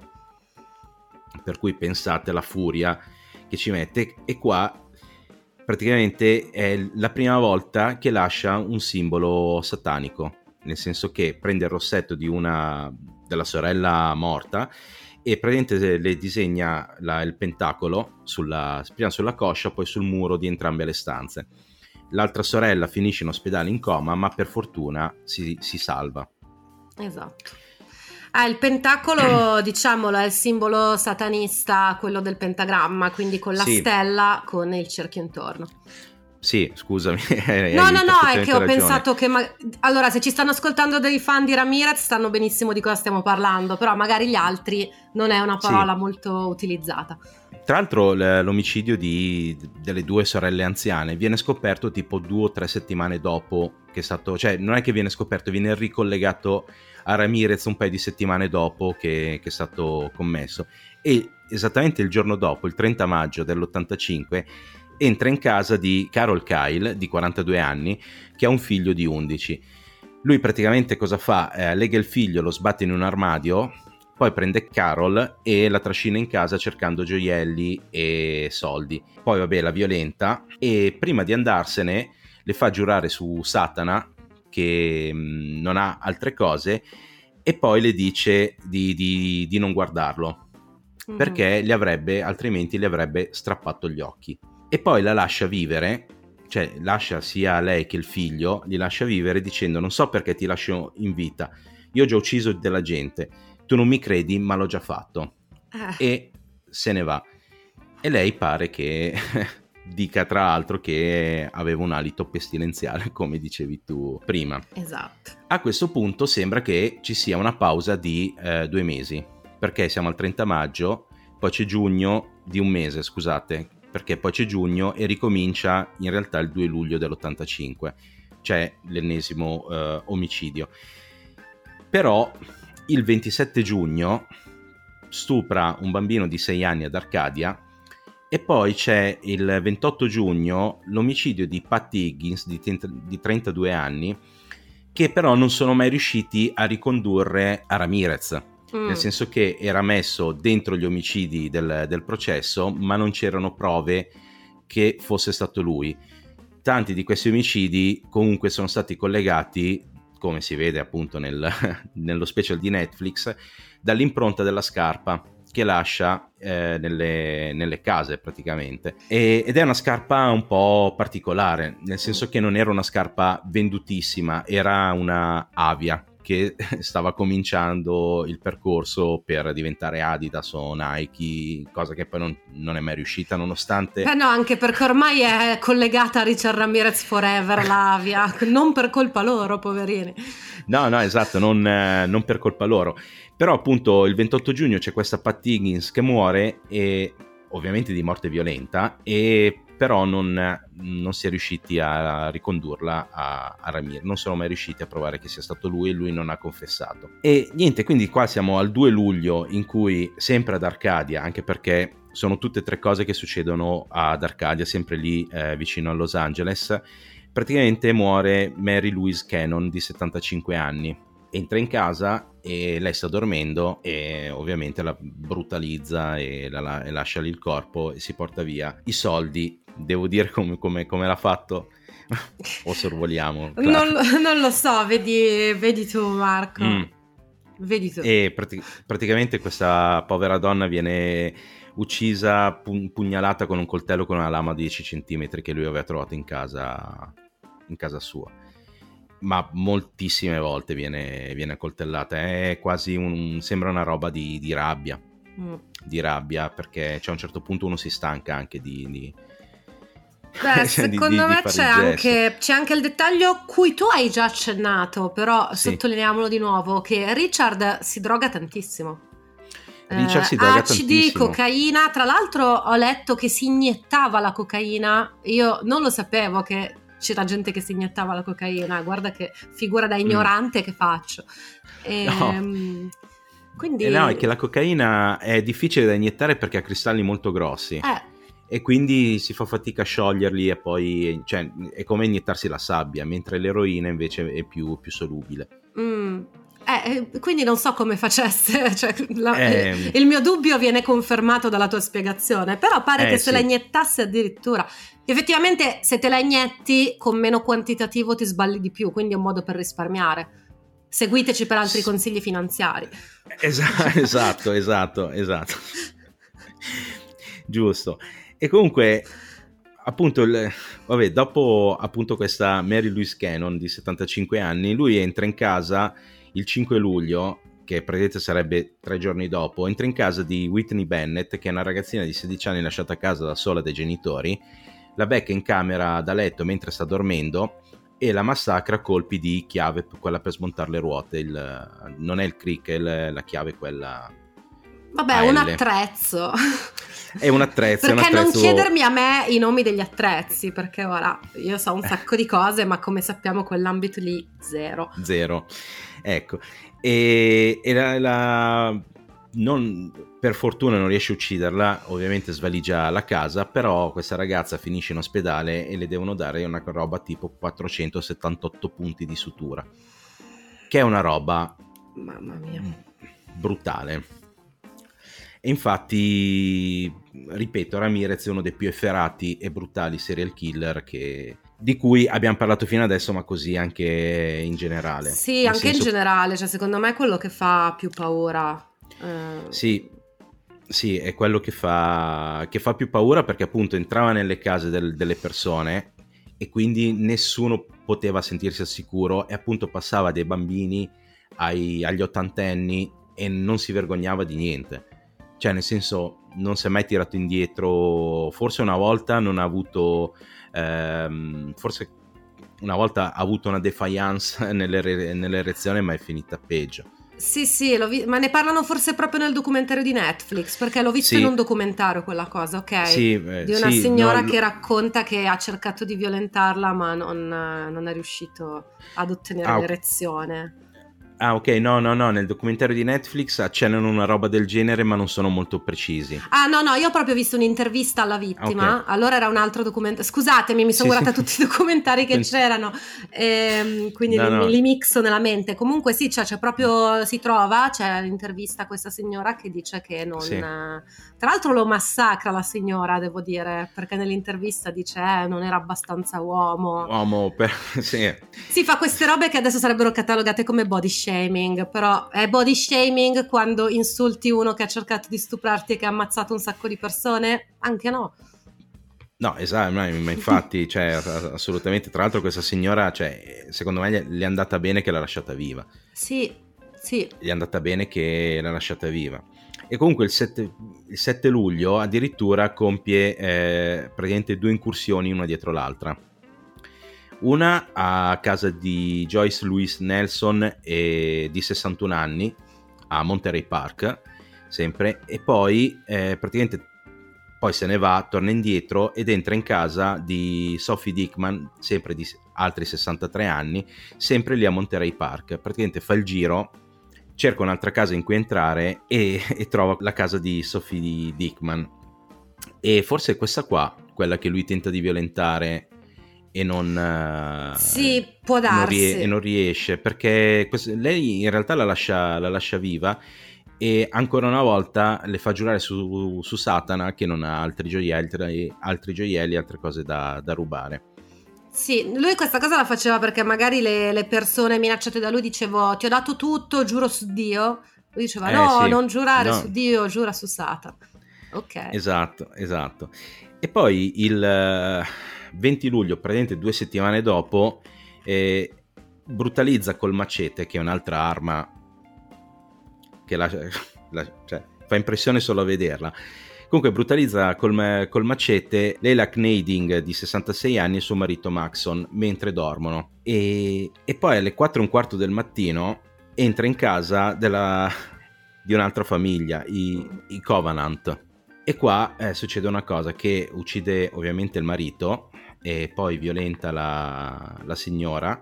per cui pensate alla furia che ci mette. E qua praticamente è la prima volta che lascia un simbolo satanico, nel senso che prende il rossetto di una della sorella morta e praticamente le disegna la, il pentacolo sulla, prima sulla coscia, poi sul muro di entrambe le stanze. L'altra sorella finisce in ospedale in coma, ma per fortuna si, si salva. Esatto. Ah, il pentacolo, diciamolo, è il simbolo satanista, quello del pentagramma, quindi con la sì. stella con il cerchio intorno. Sì, scusami. No, no, no, è che ho ragione. pensato che... Ma... Allora, se ci stanno ascoltando dei fan di Ramirez, sanno benissimo di cosa stiamo parlando, però magari gli altri non è una parola sì. molto utilizzata. Tra l'altro l'omicidio di, delle due sorelle anziane viene scoperto tipo due o tre settimane dopo che è stato, cioè non è che viene scoperto, viene ricollegato a Ramirez un paio di settimane dopo che, che è stato commesso, e esattamente il giorno dopo, il trenta maggio dell'ottantacinque, entra in casa di Carol Kyle di quarantadue anni che ha un figlio di undici. Lui praticamente cosa fa? Eh, lega il figlio, lo sbatte in un armadio, poi prende Carol e la trascina in casa cercando gioielli e soldi. Poi vabbè la violenta e prima di andarsene le fa giurare su Satana che mh, non ha altre cose, e poi le dice di, di, di non guardarlo mm-hmm. perché li avrebbe, altrimenti le avrebbe strappato gli occhi. E poi la lascia vivere, cioè lascia sia lei che il figlio, li lascia vivere dicendo: non so perché ti lascio in vita, io ho già ucciso della gente, tu non mi credi ma l'ho già fatto. Eh. E se ne va. E lei pare che dica tra l'altro che aveva un alito pestilenziale, come dicevi tu prima. Esatto. A questo punto sembra che ci sia una pausa di eh, due mesi, perché siamo al trenta maggio, poi c'è giugno di un mese, scusate, perché poi c'è giugno e ricomincia in realtà il due luglio dell'ottantacinque, cioè l'ennesimo eh, omicidio. Però il ventisette giugno stupra un bambino di sei anni ad Arcadia, e poi c'è il ventotto giugno l'omicidio di Patty Higgins di, di trentadue anni, che però non sono mai riusciti a ricondurre a Ramirez, mm. nel senso che era messo dentro gli omicidi del, del processo, ma non c'erano prove che fosse stato lui. Tanti di questi omicidi comunque sono stati collegati, come si vede appunto nel, nello special di Netflix, dall'impronta della scarpa che lascia eh, nelle, nelle case praticamente, e, ed è una scarpa un po' particolare, nel senso che non era una scarpa vendutissima, era una Avia che stava cominciando il percorso per diventare Adidas o Nike, cosa che poi non, non è mai riuscita, nonostante... Eh no, anche perché ormai è collegata a Richard Ramirez forever la Avia, non per colpa loro, poverini. No, no, esatto, non, eh, non per colpa loro. Però appunto il ventotto giugno c'è questa Patty Higgins che muore, e ovviamente di morte violenta, e però non, non si è riusciti a ricondurla a, a Ramirez, non sono mai riusciti a provare che sia stato lui e lui non ha confessato. E niente, quindi qua siamo al due luglio, in cui sempre ad Arcadia, anche perché sono tutte e tre cose che succedono ad Arcadia, sempre lì eh, vicino a Los Angeles. Praticamente muore Mary Louise Cannon di settantacinque anni. Entra in casa e lei sta dormendo e ovviamente la brutalizza e, la, la, e lascia lì il corpo e si porta via i soldi. Devo dire come, come, come l'ha fatto o sorvoliamo? Non, non lo so, vedi, vedi tu Marco, mm. vedi tu. E prati- praticamente questa povera donna viene uccisa, pu- pugnalata con un coltello con una lama di dieci centimetri che lui aveva trovato in casa, in casa sua. Ma moltissime volte viene, viene coltellata, è quasi un, sembra una roba di, di rabbia, mm. di rabbia, perché c'è a un certo punto uno si stanca anche di... di Beh, secondo di, di, me di c'è, anche, c'è anche il dettaglio cui tu hai già accennato, però sì. Sottolineiamolo di nuovo, che Richard si droga tantissimo. Richard si droga acidi, tantissimo. cocaina, tra l'altro ho letto che si iniettava la cocaina, io non lo sapevo che... c'era gente che si iniettava la cocaina, guarda che figura da ignorante mm. che faccio. E, no. Quindi... Eh no, è che la cocaina è difficile da iniettare perché ha cristalli molto grossi eh. e quindi si fa fatica a scioglierli e poi, cioè, è come iniettarsi la sabbia, mentre l'eroina invece è più, più solubile. Mm. Eh, quindi non so come facesse, cioè, la, eh, il mio dubbio viene confermato dalla tua spiegazione, però pare eh, che se sì. la iniettasse addirittura, effettivamente se te la inietti con meno quantitativo ti sballi di più, quindi è un modo per risparmiare. Seguiteci per altri consigli finanziari. Esatto, esatto, esatto, esatto. Giusto. E comunque appunto il, vabbè, dopo appunto questa Mary Louise Cannon di settantacinque anni, lui entra in casa il cinque luglio, che praticamente sarebbe tre giorni dopo, entra in casa di Whitney Bennett, che è una ragazzina di sedici anni lasciata a casa da sola dai genitori, la becca in camera da letto mentre sta dormendo e la massacra a colpi di chiave, quella per smontare le ruote, il, non è il crick, è il, la chiave quella... Vabbè, è un attrezzo. È un attrezzo. Perché è un attrezzo... non chiedermi a me i nomi degli attrezzi, perché ora io so un sacco di cose, ma come sappiamo quell'ambito lì, zero. Zero. Ecco. E, e la, la... Non, per fortuna non riesce a ucciderla, ovviamente svaligia la casa, però questa ragazza finisce in ospedale e le devono dare una roba tipo quattrocentosettantotto punti di sutura, che è una roba... Mamma mia. Brutale. E infatti, ripeto, Ramirez è uno dei più efferati e brutali serial killer che, di cui abbiamo parlato fino adesso, ma così anche in generale. Sì, Nel anche senso... in generale, cioè secondo me è quello che fa più paura. Eh... Sì, sì, è quello che fa, che fa più paura perché appunto entrava nelle case del, delle persone e quindi nessuno poteva sentirsi al sicuro e appunto passava dai bambini ai, agli ottantenni e non si vergognava di niente. Cioè, nel senso, non si è mai tirato indietro, forse una volta non ha avuto, ehm, forse una volta ha avuto una defiance nell'ere- nell'erezione, ma è finita peggio. Sì, sì, l'ho vi- ma ne parlano forse proprio nel documentario di Netflix, perché l'ho visto sì. in un documentario quella cosa, ok? Sì, eh, di una sì, signora no, che lo... racconta che ha cercato di violentarla, ma non, non è riuscito ad ottenere ah, l'erezione. Ah, ok, no, no, no, nel documentario di Netflix accennano una roba del genere, ma non sono molto precisi. Ah, no, no, io ho proprio visto un'intervista alla vittima, okay. Allora era un altro documentario, scusatemi, mi sono sì, guardata sì. tutti i documentari che c'erano, ehm, quindi no, li, no. li mixo nella mente. Comunque sì, cioè, c'è proprio, si trova, c'è l'intervista a questa signora che dice che non... Sì. Tra l'altro lo massacra la signora, devo dire, perché nell'intervista dice eh, non era abbastanza uomo. Uomo, per... sì. Si fa queste robe che adesso sarebbero catalogate come body shaming, però è body shaming quando insulti uno che ha cercato di stuprarti e che ha ammazzato un sacco di persone? Anche no. No, esatto, ma infatti, cioè, assolutamente. Tra l'altro questa signora, cioè, secondo me le è andata bene che l'ha lasciata viva. Sì, sì. Gli è andata bene che l'ha lasciata viva. E comunque il sette, il sette luglio addirittura compie eh, praticamente due incursioni una dietro l'altra. Una a casa di Joyce Louise Nelson eh, di sessantuno anni a Monterey Park, sempre, e poi eh, praticamente poi se ne va, torna indietro ed entra in casa di Sophie Dickman, sempre di altri sessantatré anni, sempre lì a Monterey Park. Praticamente fa il giro, cerca un'altra casa in cui entrare e, e trova la casa di Sophie Dickman. E forse è questa qua, quella che lui tenta di violentare e non, sì, può darsi. Non rie- e non riesce, perché quest- lei in realtà la lascia, la lascia viva e ancora una volta le fa giurare su, su Satana che non ha altri gioielli, altri gioielli, altre cose da, da rubare. Sì, lui questa cosa la faceva perché magari le, le persone minacciate da lui dicevo ti ho dato tutto, giuro su Dio. Lui diceva Eh, no, sì. non giurare No. su Dio, giura su Satana. Ok. Esatto, esatto. E poi il venti luglio, praticamente due settimane dopo, eh, brutalizza col macete, che è un'altra arma che la, la, cioè, fa impressione solo a vederla. Comunque brutalizza col, col macete Leila Knading di sessantasei anni e suo marito Maxon mentre dormono. E, e poi alle quattro e un quarto del mattino entra in casa della, di un'altra famiglia, i, i Covenant. E qua eh, succede una cosa, che uccide ovviamente il marito e poi violenta la, la signora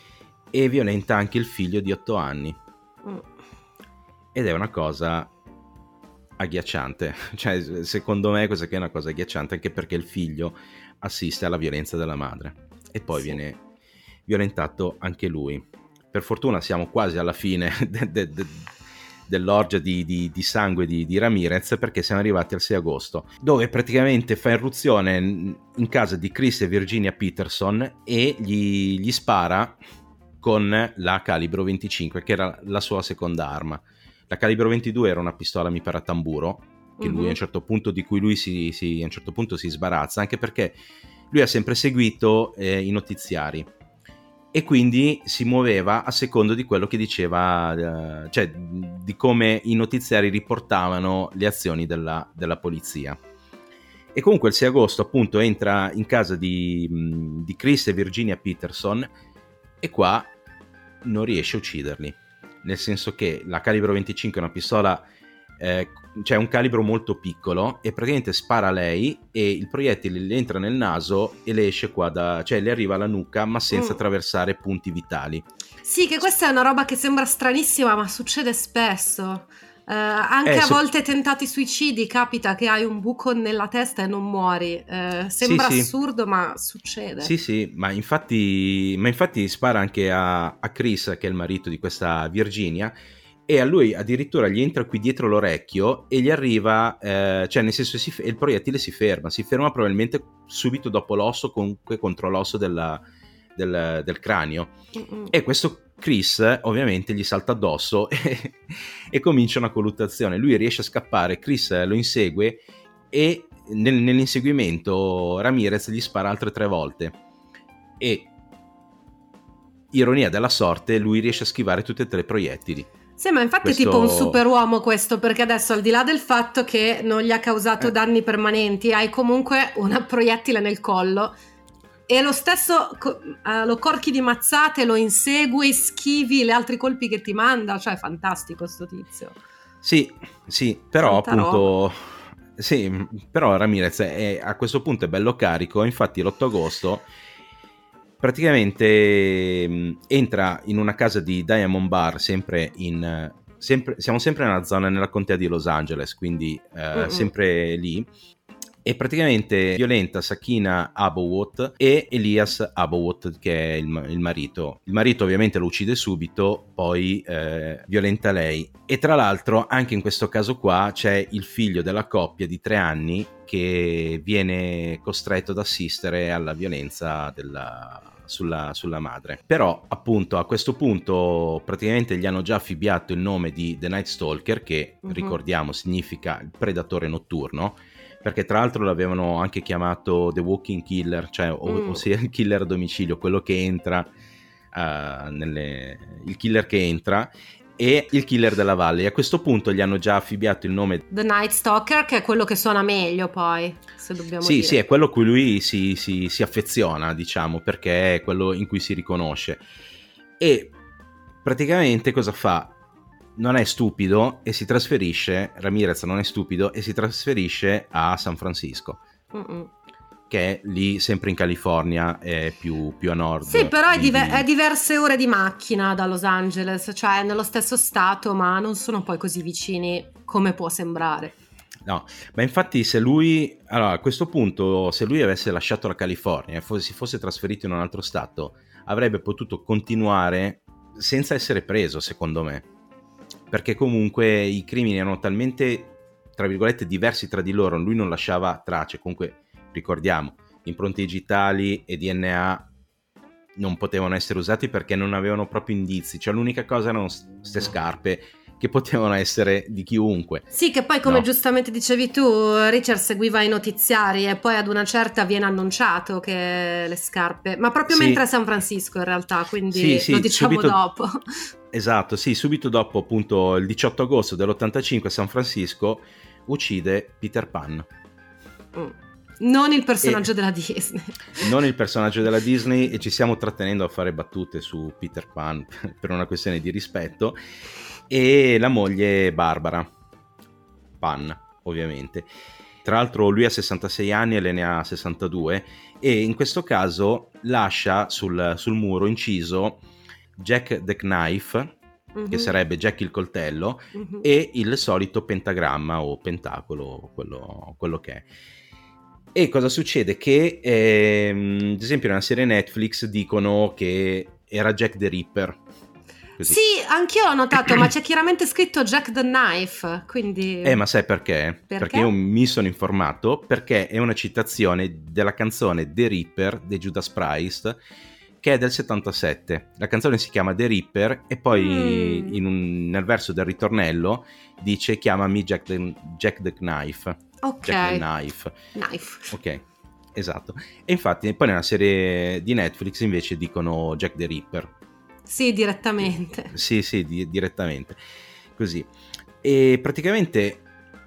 e violenta anche il figlio di otto anni. Mm. Ed è una cosa agghiacciante, cioè secondo me questa che è una cosa agghiacciante, anche perché il figlio assiste alla violenza della madre e poi Sì. viene violentato anche lui. Per fortuna siamo quasi alla fine de- de- de- dell'orgia di, di, di sangue di, di Ramirez, perché siamo arrivati al sei agosto, dove praticamente fa irruzione in casa di Chris e Virginia Peterson e gli, gli spara con la calibro venticinque, che era la sua seconda arma. La calibro ventidue era una pistola, mi pare, a tamburo, che lui Mhm. a un certo punto, di cui lui si, si, a un certo punto si sbarazza, anche perché lui ha sempre seguito eh, i notiziari e quindi si muoveva a secondo di quello che diceva, eh, cioè di come i notiziari riportavano le azioni della, della polizia. E comunque il sei agosto appunto entra in casa di, di Chris e Virginia Peterson e qua non riesce a ucciderli, nel senso che la calibro venticinque è una pistola, eh, cioè un calibro molto piccolo, e praticamente spara a lei e il proiettile le entra nel naso e le esce qua da, cioè le arriva alla nuca ma senza Mm. attraversare punti vitali. Sì, che questa è una roba che sembra stranissima, ma succede spesso. Eh, anche Eh, a so- volte tentati suicidi capita che hai un buco nella testa e non muori. Eh, sembra Sì, sì. assurdo, ma succede. Sì, sì, ma infatti, ma infatti spara anche a, a Chris, che è il marito di questa Virginia, e a lui addirittura gli entra qui dietro l'orecchio e gli arriva, eh, cioè nel senso si, il proiettile si ferma, si ferma probabilmente subito dopo l'osso, comunque contro l'osso della, del, del cranio. Mm-mm. E questo Chris ovviamente gli salta addosso e, e comincia una colluttazione. Lui riesce a scappare, Chris lo insegue e nel, nell'inseguimento Ramirez gli spara altre tre volte e, ironia della sorte, lui riesce a schivare tutti e tre i proiettili. Sì, ma infatti Questo- è tipo un superuomo questo, perché adesso al di là del fatto che non gli ha causato Eh. danni permanenti, hai comunque un proiettile nel collo e lo stesso co- eh, lo corchi di mazzate, lo insegui, schivi gli altri colpi che ti manda, cioè è fantastico sto tizio. Sì, sì, però Tanta appunto sì, però Ramirez è, a questo punto è bello carico, infatti l'otto agosto praticamente mh, entra in una casa di Diamond Bar, sempre in sempre, siamo sempre nella zona, nella contea di Los Angeles, quindi eh, Mm-mm. sempre lì, e praticamente violenta Sakina Abowot e Elias Abowot, che è il, il marito. Il marito ovviamente lo uccide subito, poi eh, violenta lei. E tra l'altro anche in questo caso qua c'è il figlio della coppia di tre anni che viene costretto ad assistere alla violenza della, sulla, sulla madre. Però appunto a questo punto praticamente gli hanno già affibbiato il nome di The Night Stalker, che Mhm. ricordiamo significa il predatore notturno, perché tra l'altro l'avevano anche chiamato The Walking Killer, cioè o- Mm. ossia il killer a domicilio, quello che entra, uh, nelle, il killer che entra, e il killer della valle. E a questo punto gli hanno già affibbiato il nome. The Night Stalker, che è quello che suona meglio poi, se dobbiamo Sì, dire. sì, è quello a cui lui si, si, si affeziona, diciamo, perché è quello in cui si riconosce. E praticamente cosa fa? non è stupido e si trasferisce, Ramirez non è stupido e si trasferisce a San Francisco. Mm-mm. Che è lì sempre in California, è più, più a nord. Sì, però è, di, diver- è diverse ore di macchina da Los Angeles, cioè nello stesso stato, ma non sono poi così vicini come può sembrare. No, ma infatti se lui, allora a questo punto, se lui avesse lasciato la California e fo- si fosse trasferito in un altro stato, avrebbe potuto continuare senza essere preso, secondo me. Perché comunque i crimini erano talmente, tra virgolette, diversi tra di loro, lui non lasciava tracce, comunque... Ricordiamo, impronte digitali e D N A non potevano essere usati perché non avevano proprio indizi, cioè l'unica cosa erano queste scarpe che potevano essere di chiunque. Sì, che poi come no. giustamente dicevi tu, Richard seguiva i notiziari e poi ad una certa viene annunciato che le scarpe, ma proprio sì. mentre a San Francisco in realtà, quindi sì, sì, lo diciamo subito, dopo. Esatto, sì, subito dopo appunto il diciotto agosto dell'ottantacinque a San Francisco uccide Peter Pan. Mm. Non il personaggio e, della Disney. Non il personaggio della Disney, e ci stiamo trattenendo a fare battute su Peter Pan per una questione di rispetto, e la moglie Barbara Pan, ovviamente. Tra l'altro lui ha sessantasei anni e lei ne ha sessantadue, e in questo caso lascia sul, sul muro inciso Jack the Knife, mm-hmm. che sarebbe Jack il coltello, mm-hmm. e il solito pentagramma o pentacolo, quello, quello che è. E cosa succede? Che ehm, ad esempio nella serie Netflix dicono che era Jack the Ripper. Così. Sì, anch'io l'ho notato, ma c'è chiaramente scritto Jack the Knife, quindi... Eh, ma sai perché? Perché? Perché io mi sono informato, perché è una citazione della canzone The Ripper dei Judas Priest, che è del settantasette. La canzone si chiama The Ripper e poi mm. in un, nel verso del ritornello dice chiamami Jack the, Jack the Knife. Ok. Jack the Knife. Knife. Ok, esatto. E infatti poi nella serie di Netflix invece dicono Jack the Ripper. Sì, direttamente. Sì, sì, di, direttamente. Così. E praticamente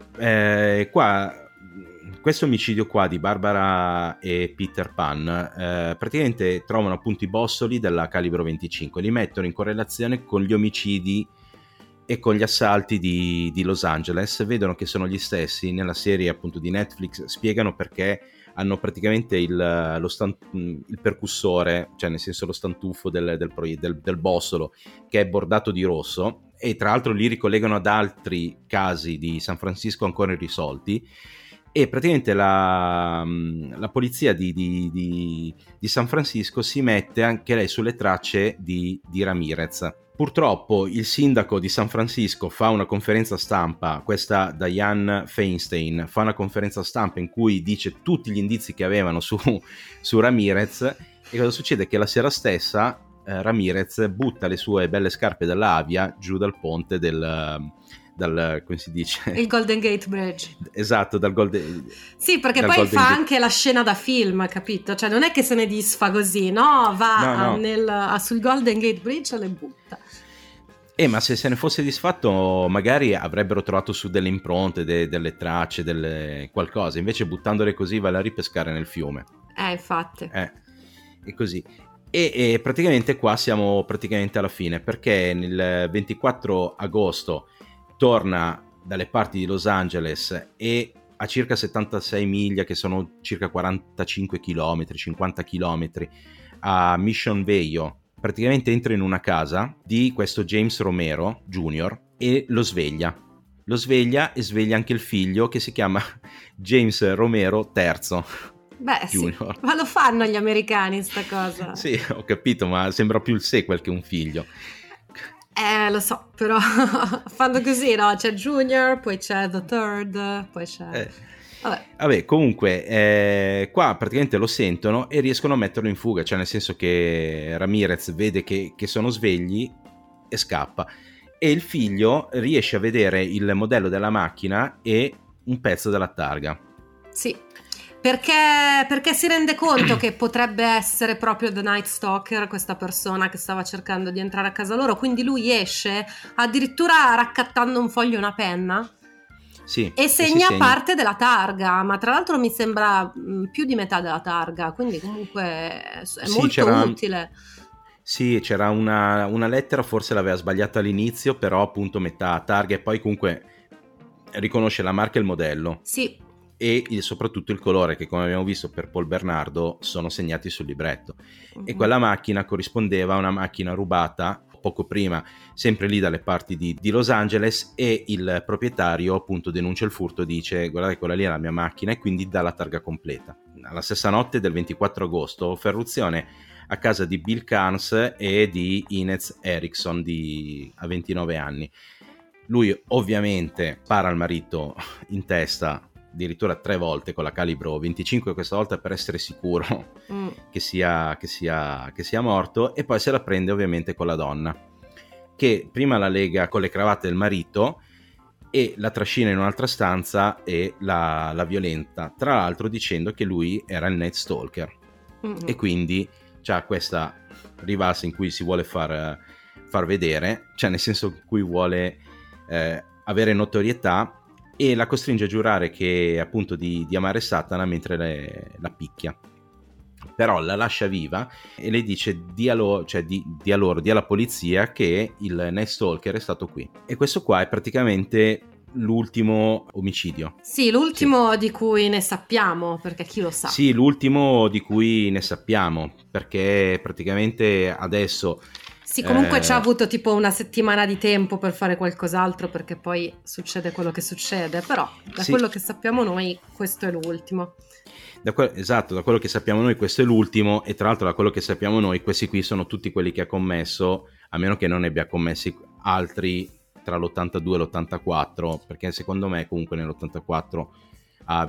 eh, qua, questo omicidio qua di Barbara e Peter Pan, eh, praticamente trovano appunto i bossoli della calibro venticinque, li mettono in correlazione con gli omicidi e con gli assalti di, di Los Angeles, vedono che sono gli stessi. Nella serie appunto di Netflix spiegano perché hanno praticamente il, lo stan- il percussore, cioè nel senso lo stantuffo del, del, del, del bossolo, che è bordato di rosso, e tra l'altro li ricollegano ad altri casi di San Francisco ancora irrisolti, e praticamente la, la polizia di, di, di, di San Francisco si mette anche lei sulle tracce di, di Ramirez. Purtroppo il sindaco di San Francisco fa una conferenza stampa, questa Diane Feinstein fa una conferenza stampa in cui dice tutti gli indizi che avevano su, su Ramirez, e cosa succede? Che la sera stessa eh, Ramirez butta le sue belle scarpe della Avia giù dal ponte del... dal, come si dice? Il Golden Gate Bridge. Esatto, dal Golden... Sì, perché poi Golden fa Gate... anche la scena da film, capito? Cioè non è che se ne disfa così, no? Va no, no. Nel, sul Golden Gate Bridge e le butta. Eh, ma se se ne fosse disfatto magari avrebbero trovato su delle impronte, de, delle tracce, delle qualcosa, invece buttandole così va a ripescare nel fiume. Eh, infatti. Eh, e così. E, e praticamente qua siamo praticamente alla fine, perché nel ventiquattro agosto torna dalle parti di Los Angeles e a circa settantasei miglia, che sono circa quarantacinque chilometri, cinquanta chilometri, a Mission Viejo. Praticamente entra in una casa di questo James Romero Junior e lo sveglia. Lo sveglia e sveglia anche il figlio, che si chiama James Romero terzo. Beh, Junior. Sì, ma lo fanno gli americani sta cosa. Sì, ho capito, ma sembra più il sequel che un figlio. Eh, lo so, però fanno così, no? C'è Junior, poi c'è The Third, poi c'è... Eh. Vabbè. Vabbè, comunque eh, qua praticamente lo sentono e riescono a metterlo in fuga, cioè nel senso che Ramirez vede che, che sono svegli e scappa, e il figlio riesce a vedere il modello della macchina e un pezzo della targa. Sì, perché, perché si rende conto che potrebbe essere proprio The Night Stalker, questa persona che stava cercando di entrare a casa loro, quindi lui esce addirittura raccattando un foglio e una penna. Sì, e segna, segna parte della targa, ma tra l'altro mi sembra mh, più di metà della targa, quindi comunque è sì, molto c'era, utile. Sì, c'era una, una lettera, forse l'aveva sbagliata all'inizio, però appunto metà targa, e poi comunque riconosce la marca e il modello. Sì. E il, soprattutto il colore, che come abbiamo visto per Paul Bernardo sono segnati sul libretto. Uh-huh. E quella macchina corrispondeva a una macchina rubata poco prima, sempre lì dalle parti di, di Los Angeles, e il proprietario appunto denuncia il furto, dice guardate quella lì è la mia macchina, e quindi dà la targa completa. Alla stessa notte del ventiquattro agosto fa irruzione a casa di Bill Carnes e di Inez Erickson di, a ventinove anni. Lui ovviamente spara al marito in testa addirittura tre volte con la calibro venticinque, questa volta per essere sicuro mm. che, sia, che, sia, che sia morto, e poi se la prende ovviamente con la donna, che prima la lega con le cravatte del marito e la trascina in un'altra stanza e la, la violenta, tra l'altro dicendo che lui era il Night Stalker. Mm-hmm. E quindi c'ha questa rivalsa in cui si vuole far, far vedere, cioè nel senso in cui vuole eh, avere notorietà, e la costringe a giurare che appunto di, di amare Satana mentre le, la picchia. Però la lascia viva e le dice di a loro, cioè di, di a loro, di alla polizia, che il Night Stalker è stato qui. E questo qua è praticamente l'ultimo omicidio. Sì, l'ultimo sì. di cui ne sappiamo, perché chi lo sa. Sì, l'ultimo di cui ne sappiamo, perché praticamente adesso... Sì, comunque eh... ci ha avuto tipo una settimana di tempo per fare qualcos'altro, perché poi succede quello che succede, però da sì. quello che sappiamo noi questo è l'ultimo. Da que- esatto, da quello che sappiamo noi questo è l'ultimo, e tra l'altro da quello che sappiamo noi questi qui sono tutti quelli che ha commesso, a meno che non ne abbia commessi altri tra l'ottantadue e l'ottantaquattro, perché secondo me comunque nell'ottantaquattro ha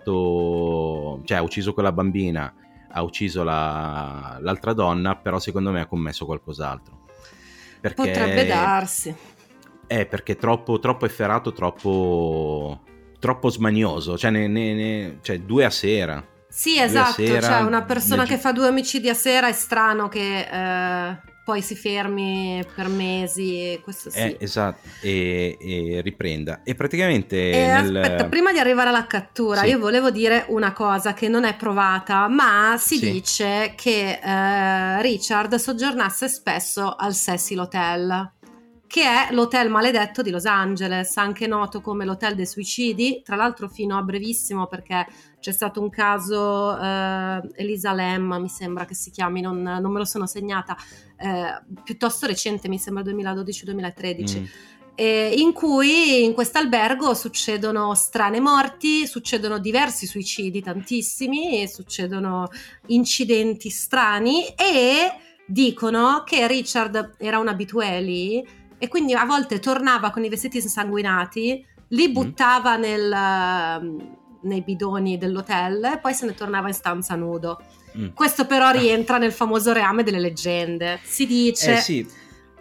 violentato, cioè ha ucciso quella bambina, ha ucciso la, l'altra donna, però secondo me ha commesso qualcos'altro. Perché, potrebbe darsi. Eh, perché troppo, troppo efferato, troppo, troppo smanioso, cioè, ne, ne, ne, cioè due a sera. Sì, esatto, sera, cioè una persona nel... che fa due omicidi a sera è strano che eh, poi si fermi per mesi, questo sì. Eh, esatto, e, e riprenda. E praticamente... E nel... aspetta, prima di arrivare alla cattura, sì. io volevo dire una cosa che non è provata, ma si sì. dice che eh, Richard soggiornasse spesso al Cecil Hotel, che è l'hotel maledetto di Los Angeles, anche noto come l'hotel dei suicidi, tra l'altro fino a brevissimo, perché c'è stato un caso, eh, Elisa Lam mi sembra che si chiami, non, non me lo sono segnata, eh, piuttosto recente, mi sembra duemiladodici duemilatredici, mm. eh, in cui in quest'albergo succedono strane morti, succedono diversi suicidi, tantissimi, e succedono incidenti strani, e dicono che Richard era un abitué lì, e quindi a volte tornava con i vestiti insanguinati, li buttava mm. nel, nei bidoni dell'hotel e poi se ne tornava in stanza nudo. Mm. Questo però rientra nel famoso reame delle leggende. Si dice... Eh sì,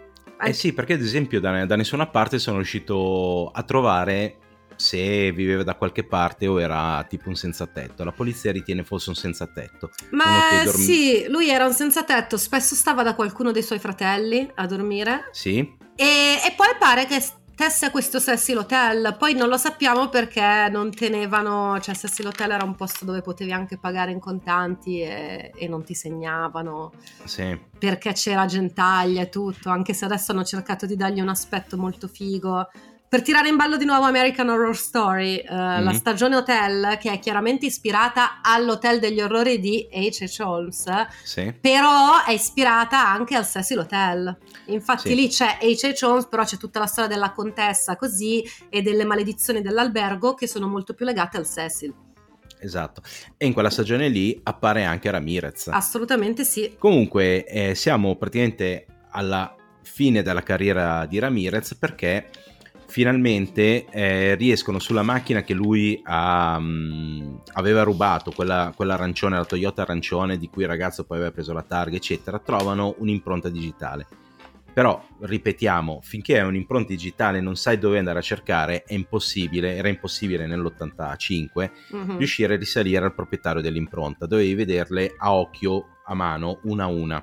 eh sì, perché ad esempio da, da nessuna parte sono riuscito a trovare se viveva da qualche parte o era tipo un senza tetto. La polizia ritiene fosse un senza tetto. Ma dorm... sì, lui era un senza tetto, spesso stava da qualcuno dei suoi fratelli a dormire. Sì. E, e poi pare che stesse a questo Cecil Hotel, poi non lo sappiamo perché non tenevano, cioè Cecil Hotel era un posto dove potevi anche pagare in contanti e, e non ti segnavano, sì. perché c'era gentaglia e tutto, anche se adesso hanno cercato di dargli un aspetto molto figo. Per tirare in ballo di nuovo American Horror Story, uh, mm-hmm. la stagione Hotel, che è chiaramente ispirata all'Hotel degli Orrori di H H. Holmes, sì. però è ispirata anche al Cecil Hotel. Infatti sì. lì c'è H H. Holmes, però c'è tutta la storia della contessa così e delle maledizioni dell'albergo che sono molto più legate al Cecil. Esatto, e in quella stagione lì appare anche Ramirez. Assolutamente sì. Comunque eh, siamo praticamente alla fine della carriera di Ramirez, perché finalmente eh, riescono sulla macchina che lui ha, um, aveva rubato, quella, quella arancione, la Toyota arancione di cui il ragazzo poi aveva preso la targa eccetera, trovano un'impronta digitale. Però ripetiamo, finché è un'impronta digitale non sai dove andare a cercare, è impossibile, era impossibile nell'ottantacinque mm-hmm. riuscire a risalire al proprietario dell'impronta, dovevi vederle a occhio, a mano, una a una.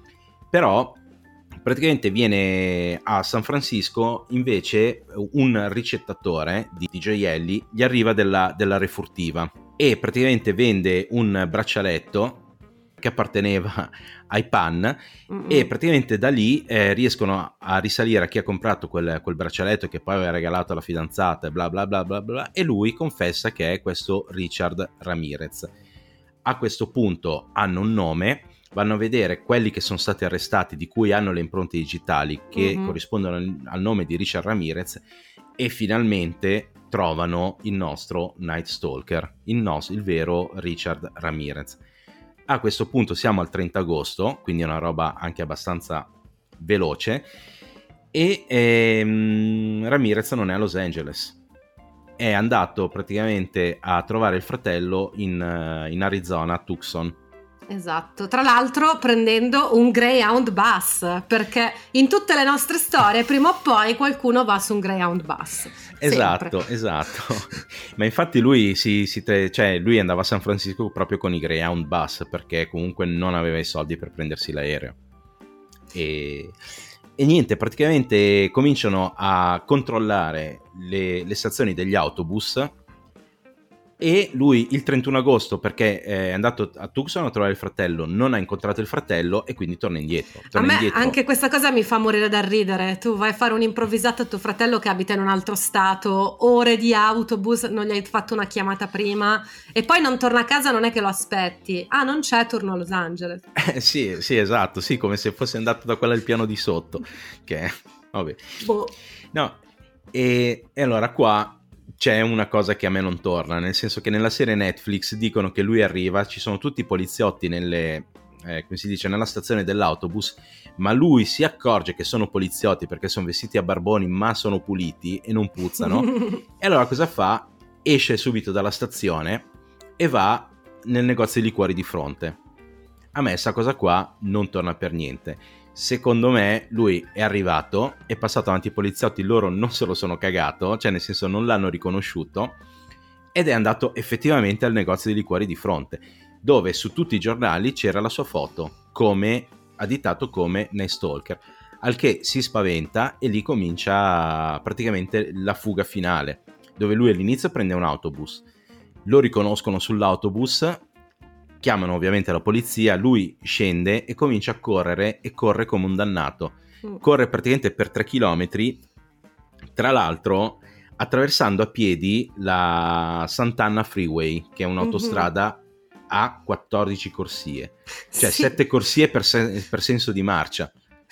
Però praticamente viene a San Francisco invece un ricettatore di, di gioielli, gli arriva della, della refurtiva e praticamente vende un braccialetto perché apparteneva ai Pan. Mm-mm. E praticamente da lì eh, riescono a risalire a chi ha comprato quel, quel braccialetto che poi aveva regalato alla fidanzata, bla bla bla bla bla, e lui confessa che è questo Richard Ramirez. A questo punto hanno un nome, vanno a vedere quelli che sono stati arrestati, di cui hanno le impronte digitali che mm-hmm. corrispondono al, al nome di Richard Ramirez, e finalmente trovano il nostro Night Stalker, il, nos- il vero Richard Ramirez. A questo punto siamo al trenta agosto, quindi è una roba anche abbastanza veloce, e ehm, Ramirez non è a Los Angeles, è andato praticamente a trovare il fratello in, in Arizona, a Tucson. Esatto, tra l'altro prendendo un Greyhound bus, perché in tutte le nostre storie prima o poi qualcuno va su un Greyhound bus. Esatto, sempre. esatto. Ma infatti lui si, si tre, cioè lui andava a San Francisco proprio con i Greyhound bus, perché comunque non aveva i soldi per prendersi l'aereo. E, e niente, praticamente cominciano a controllare le, le stazioni degli autobus. E lui il trentuno agosto, perché è andato a Tucson a trovare il fratello, non ha incontrato il fratello e quindi torna indietro. Torna a me indietro. Anche questa cosa mi fa morire dal ridere. Tu vai a fare un'improvvisata a tuo fratello che abita in un altro stato, ore di autobus, non gli hai fatto una chiamata prima e poi non torna a casa, non è che lo aspetti. Ah, non c'è, torno a Los Angeles. Eh, sì, sì, esatto, sì, come se fosse andato da quella del piano di sotto, che vabbè. Boh. No, e, e allora qua c'è una cosa che a me non torna, nel senso che nella serie Netflix dicono che lui arriva, ci sono tutti i poliziotti nelle, eh, come si dice, nella stazione dell'autobus, ma lui si accorge che sono poliziotti perché sono vestiti a barboni ma sono puliti e non puzzano. E allora cosa fa? Esce subito dalla stazione e va nel negozio di liquori di fronte. A me sta cosa qua non torna per niente. Secondo me lui è arrivato, è passato avanti ai poliziotti, loro non se lo sono cagato, cioè nel senso non l'hanno riconosciuto, ed è andato effettivamente al negozio di liquori di fronte, dove su tutti i giornali c'era la sua foto, come additato come Night Stalker, al che si spaventa e lì comincia praticamente la fuga finale, dove lui all'inizio prende un autobus, lo riconoscono sull'autobus, chiamano ovviamente la polizia, lui scende e comincia a correre e corre come un dannato. Corre praticamente per tre chilometri, tra l'altro attraversando a piedi la Sant'Anna Freeway, che è un'autostrada mm-hmm. a quattordici corsie, cioè sì. sette corsie per, se- per senso di marcia.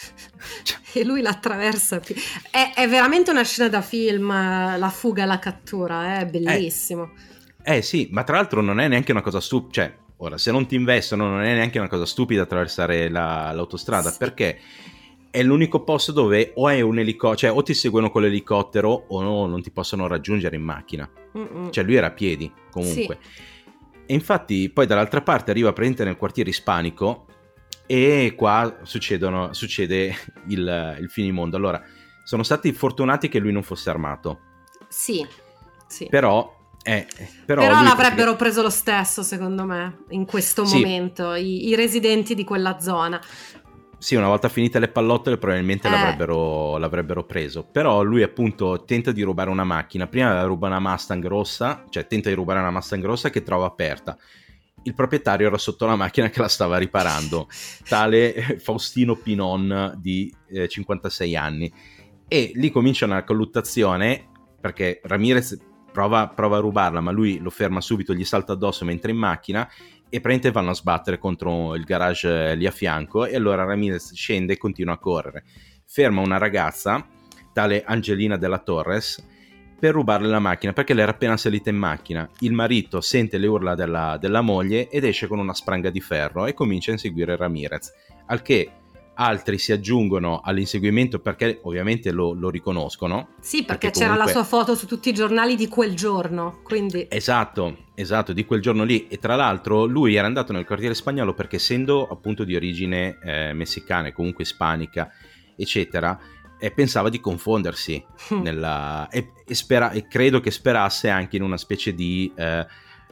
E lui l'attraversa. È, è veramente una scena da film, la fuga e la cattura, è bellissimo. Eh, eh sì, ma tra l'altro non è neanche una cosa stupida, cioè ora, se non ti investono non è neanche una cosa stupida attraversare la, l'autostrada, sì. perché è l'unico posto dove o è un elicottero, cioè o ti seguono con l'elicottero o no, non ti possono raggiungere in macchina. Mm-mm. Cioè lui era a piedi, comunque. Sì. E infatti poi dall'altra parte arriva praticamente nel quartiere ispanico e qua succedono, succede il, il finimondo. Allora, sono stati fortunati che lui non fosse armato. Sì, sì. Però... Eh, però però l'avrebbero praticamente... preso lo stesso, secondo me, in questo sì. momento, i, i residenti di quella zona. Sì, una volta finite le pallottole probabilmente eh. l'avrebbero, l'avrebbero preso. Però lui appunto tenta di rubare una macchina. Prima ruba una Mustang rossa, cioè tenta di rubare una Mustang rossa che trova aperta. Il proprietario era sotto la macchina che la stava riparando, tale Faustino Pinon di eh, cinquantasei anni. E lì comincia una colluttazione perché Ramirez... Prova, prova a rubarla, ma lui lo ferma subito, gli salta addosso mentre è in macchina e praticamente vanno a sbattere contro il garage lì a fianco e allora Ramirez scende e continua a correre. Ferma una ragazza, tale Angelina della Torres, per rubarle la macchina perché lei era appena salita in macchina. Il marito sente le urla della, della moglie ed esce con una spranga di ferro e comincia a inseguire Ramirez, al che altri si aggiungono all'inseguimento perché ovviamente lo, lo riconoscono. Sì, perché, perché c'era comunque... la sua foto su tutti i giornali di quel giorno, quindi... Esatto, esatto, di quel giorno lì. E tra l'altro lui era andato nel quartiere spagnolo perché essendo appunto di origine eh, messicana e comunque ispanica, eccetera, e pensava di confondersi nella... e, e, spera... e credo che sperasse anche in una specie di... Eh,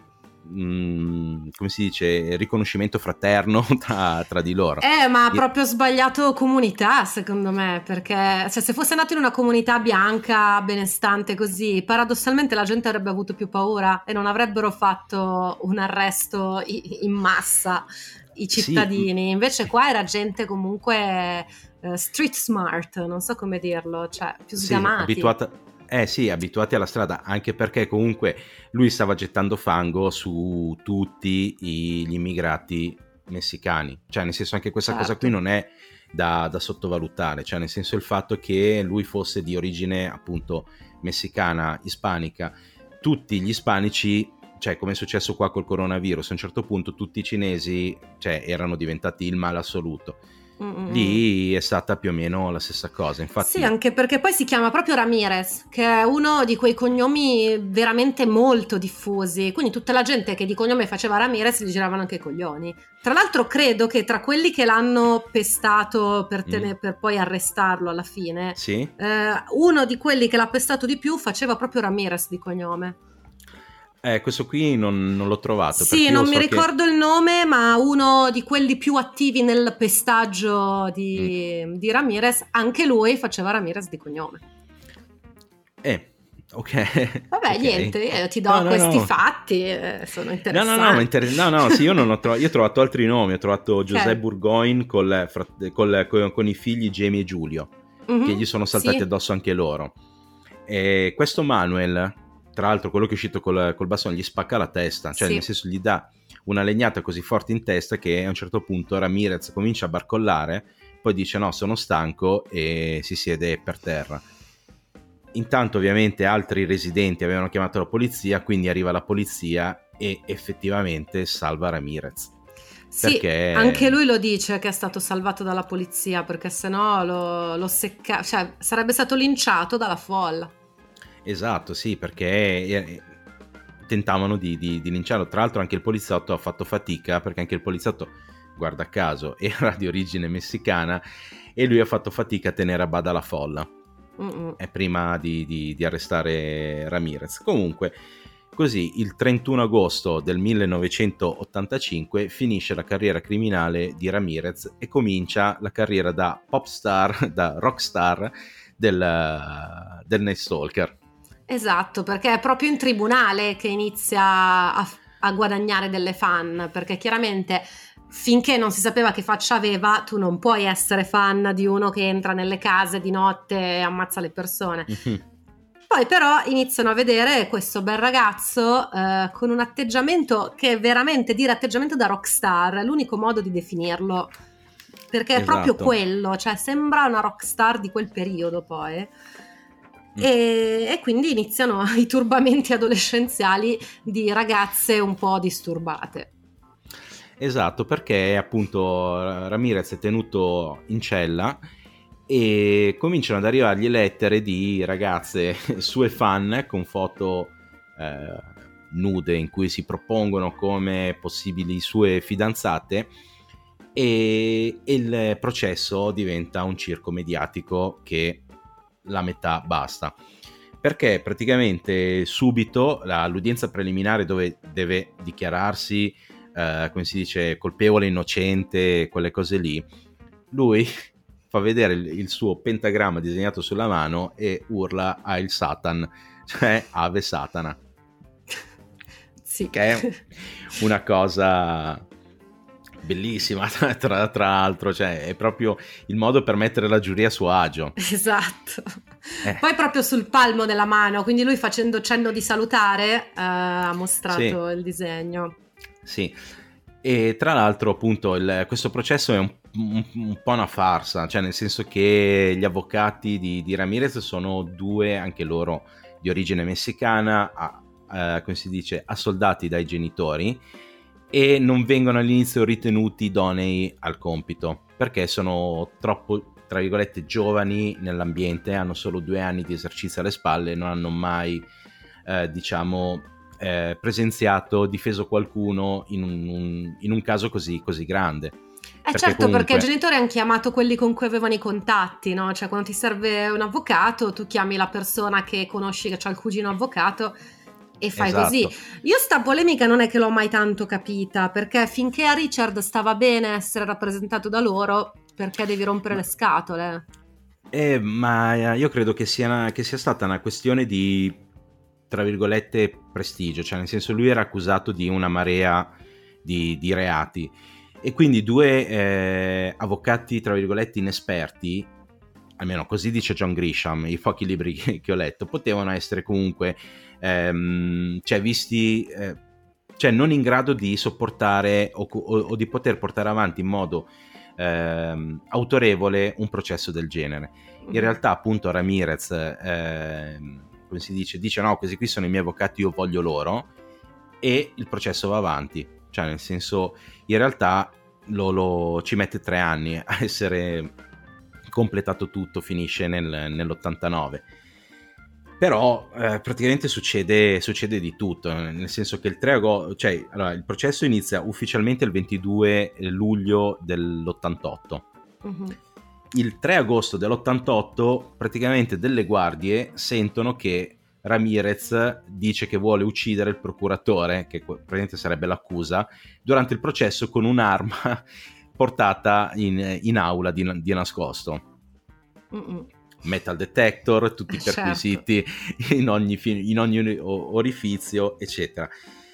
Mm, come si dice, riconoscimento fraterno tra, tra di loro. Eh, ma ha proprio sbagliato comunità, secondo me, perché cioè, se fosse andato in una comunità bianca, benestante così, paradossalmente la gente avrebbe avuto più paura e non avrebbero fatto un arresto in massa. i cittadini, sì. Invece qua era gente comunque uh, street smart, non so come dirlo, cioè più sgamati. Sì, abituata, eh sì, abituati alla strada, anche perché comunque lui stava gettando fango su tutti gli immigrati messicani, cioè nel senso anche questa Certo. cosa qui non è da, da sottovalutare, cioè nel senso il fatto che lui fosse di origine appunto messicana, ispanica, tutti gli ispanici, cioè come è successo qua col coronavirus, a un certo punto tutti i cinesi, cioè, erano diventati il male assoluto. Mm-mm. Lì è stata più o meno la stessa cosa, infatti. Sì, anche perché poi si chiama proprio Ramirez, che è uno di quei cognomi veramente molto diffusi, quindi tutta la gente che di cognome faceva Ramirez gli giravano anche i coglioni. Tra l'altro credo che tra quelli che l'hanno pestato per, tene- Mm. per poi arrestarlo alla fine, Sì? eh, uno di quelli che l'ha pestato di più faceva proprio Ramirez di cognome. Eh, questo qui non, non l'ho trovato. Sì, perché non io mi so ricordo il nome, ma uno di quelli più attivi nel pestaggio di, Mm. di Ramirez, anche lui faceva Ramirez di cognome. Che... Eh, ok. Vabbè, ok. niente, io ti do No, no, questi no. fatti, eh, sono No, interessanti. no, no, inter- no, no, sì, io non ho trovato, io ho trovato altri nomi, ho trovato Giuseppe Burgoyne col, frat- col- con, con i figli Jamie e Giulio, Mhm, che gli sono saltati sì. addosso anche loro. E questo Manuel, tra l'altro quello che è uscito col, col bastone, gli spacca la testa, cioè Sì. nel senso gli dà una legnata così forte in testa che a un certo punto Ramirez comincia a barcollare, poi dice no, sono stanco e si siede per terra. Intanto ovviamente altri residenti avevano chiamato la polizia, quindi arriva la polizia e effettivamente salva Ramirez. Sì, Perché... anche lui lo dice che è stato salvato dalla polizia, perché sennò lo, lo secca, cioè sarebbe stato linciato dalla folla. Esatto, sì, perché tentavano di, di, di linciarlo. Tra l'altro anche il poliziotto ha fatto fatica, perché anche il poliziotto, guarda caso, era di origine messicana e lui ha fatto fatica a tenere a bada la folla. Mm-mm. È prima di, di, di arrestare Ramirez. Comunque, così il trentuno agosto del millenovecentottantacinque finisce la carriera criminale di Ramirez e comincia la carriera da pop star, da rock star del, del Night Stalker. Esatto, perché è proprio in tribunale che inizia a, a guadagnare delle fan, perché chiaramente finché non si sapeva che faccia aveva, tu non puoi essere fan di uno che entra nelle case di notte e ammazza le persone. Mm-hmm. Poi però iniziano a vedere questo bel ragazzo eh, con un atteggiamento che veramente dire atteggiamento da rockstar è l'unico modo di definirlo, perché è Esatto. proprio quello, cioè sembra una rockstar di quel periodo poi. Mm. E, e quindi iniziano i turbamenti adolescenziali di ragazze un po' disturbate. Esatto, perché appunto Ramirez è tenuto in cella e cominciano ad arrivargli lettere di ragazze sue fan con foto eh, nude in cui si propongono come possibili sue fidanzate e il processo diventa un circo mediatico che la metà basta, perché praticamente subito la, l'udienza preliminare dove deve dichiararsi eh, come si dice colpevole, innocente, quelle cose lì, lui fa vedere il, il suo pentagramma disegnato sulla mano e urla a il Satan, cioè Ave Satana. Sì. Che è una cosa bellissima, tra, tra, tra l'altro, cioè è proprio il modo per mettere la giuria a suo agio. Esatto. Eh. Poi proprio sul palmo della mano, quindi lui facendo cenno di salutare eh, ha mostrato sì. il disegno. Sì, e tra l'altro appunto il, questo processo è un, un, un po' una farsa, cioè nel senso che gli avvocati di, di Ramirez sono due, anche loro di origine messicana, a, a, come si dice, assoldati dai genitori e non vengono all'inizio ritenuti idonei al compito perché sono troppo, tra virgolette, giovani nell'ambiente, hanno solo due anni di esercizio alle spalle, non hanno mai, eh, diciamo... Eh, presenziato, difeso qualcuno in un, un, in un caso così, così grande. Eh perché certo, comunque... perché i genitori hanno chiamato quelli con cui avevano i contatti, no? Cioè quando ti serve un avvocato, tu chiami la persona che conosci che ha il cugino avvocato e fai esatto. così. Io sta polemica non è che l'ho mai tanto capita, perché finché a Richard stava bene essere rappresentato da loro, perché devi rompere le scatole? Eh, ma io credo che sia, una, che sia stata una questione di, tra virgolette, prestigio, cioè nel senso lui era accusato di una marea di, di reati E quindi due eh, avvocati, tra virgolette, inesperti, almeno così dice John Grisham, i pochi libri che, che ho letto, potevano essere comunque ehm, cioè visti eh, cioè non in grado di sopportare o, o, o di poter portare avanti in modo ehm, autorevole un processo del genere. In realtà appunto Ramirez eh, come si dice, dice no, questi qui sono i miei avvocati, io voglio loro, e il processo va avanti, cioè nel senso in realtà lo, lo, ci mette tre anni a essere completato tutto, finisce nel, nell'ottantanove. Però eh, praticamente succede, succede di tutto, nel senso che il tre agosto, cioè allora, il processo inizia ufficialmente il ventidue luglio dell'ottantotto. Uh-huh. Il tre agosto dell'ottantotto praticamente delle guardie sentono che Ramirez dice che vuole uccidere il procuratore, che praticamente sarebbe l'accusa, durante il processo con un'arma portata in, in aula di, di nascosto. Uh-uh. Metal detector, tutti perquisiti, certo, in ogni, in ogni orifizio, eccetera.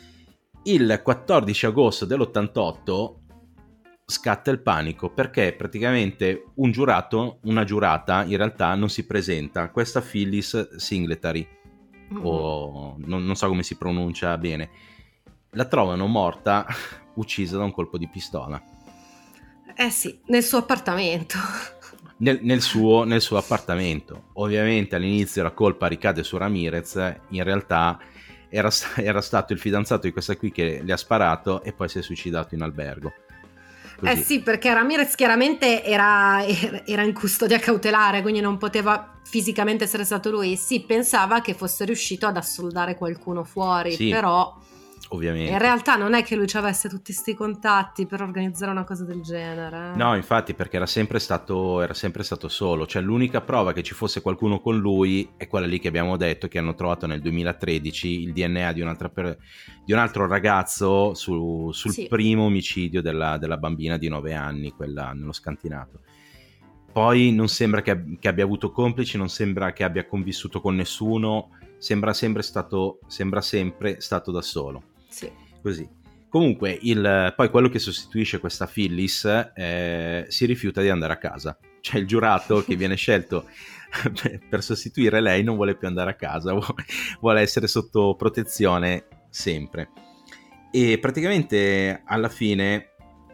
Il quattordici agosto dell'ottantotto scatta il panico, perché praticamente un giurato, una giurata in realtà non si presenta, questa Phyllis Singletary, mm. o non, non so come si pronuncia bene, la trovano morta, uccisa da un colpo di pistola. Eh sì, nel suo appartamento. Nel, nel, suo, nel suo appartamento. Ovviamente all'inizio la colpa ricade su Ramirez, in realtà era, era stato il fidanzato di questa qui che le ha sparato e poi si è suicidato in albergo. Così. Eh sì, perché Ramirez chiaramente era, era in custodia cautelare, quindi non poteva fisicamente essere stato lui. Sì, pensava che fosse riuscito ad assoldare qualcuno fuori, sì, però ovviamente in realtà non è che lui ci avesse tutti sti contatti per organizzare una cosa del genere. No, infatti, perché era sempre stato era sempre stato solo, cioè l'unica prova che ci fosse qualcuno con lui è quella lì che abbiamo detto, che hanno trovato nel duemilatredici il D N A di, un'altra per... di un altro ragazzo su... sul sì. primo omicidio della... della bambina di nove anni, quella nello scantinato. Poi non sembra che, ab... che abbia avuto complici, non sembra che abbia convissuto con nessuno, sembra sempre stato sembra sempre stato da solo. Sì. Così. Comunque, il, poi quello che sostituisce questa Phyllis eh, si rifiuta di andare a casa. Cioè il giurato che viene scelto per sostituire lei non vuole più andare a casa, vuole essere sotto protezione sempre. E praticamente alla fine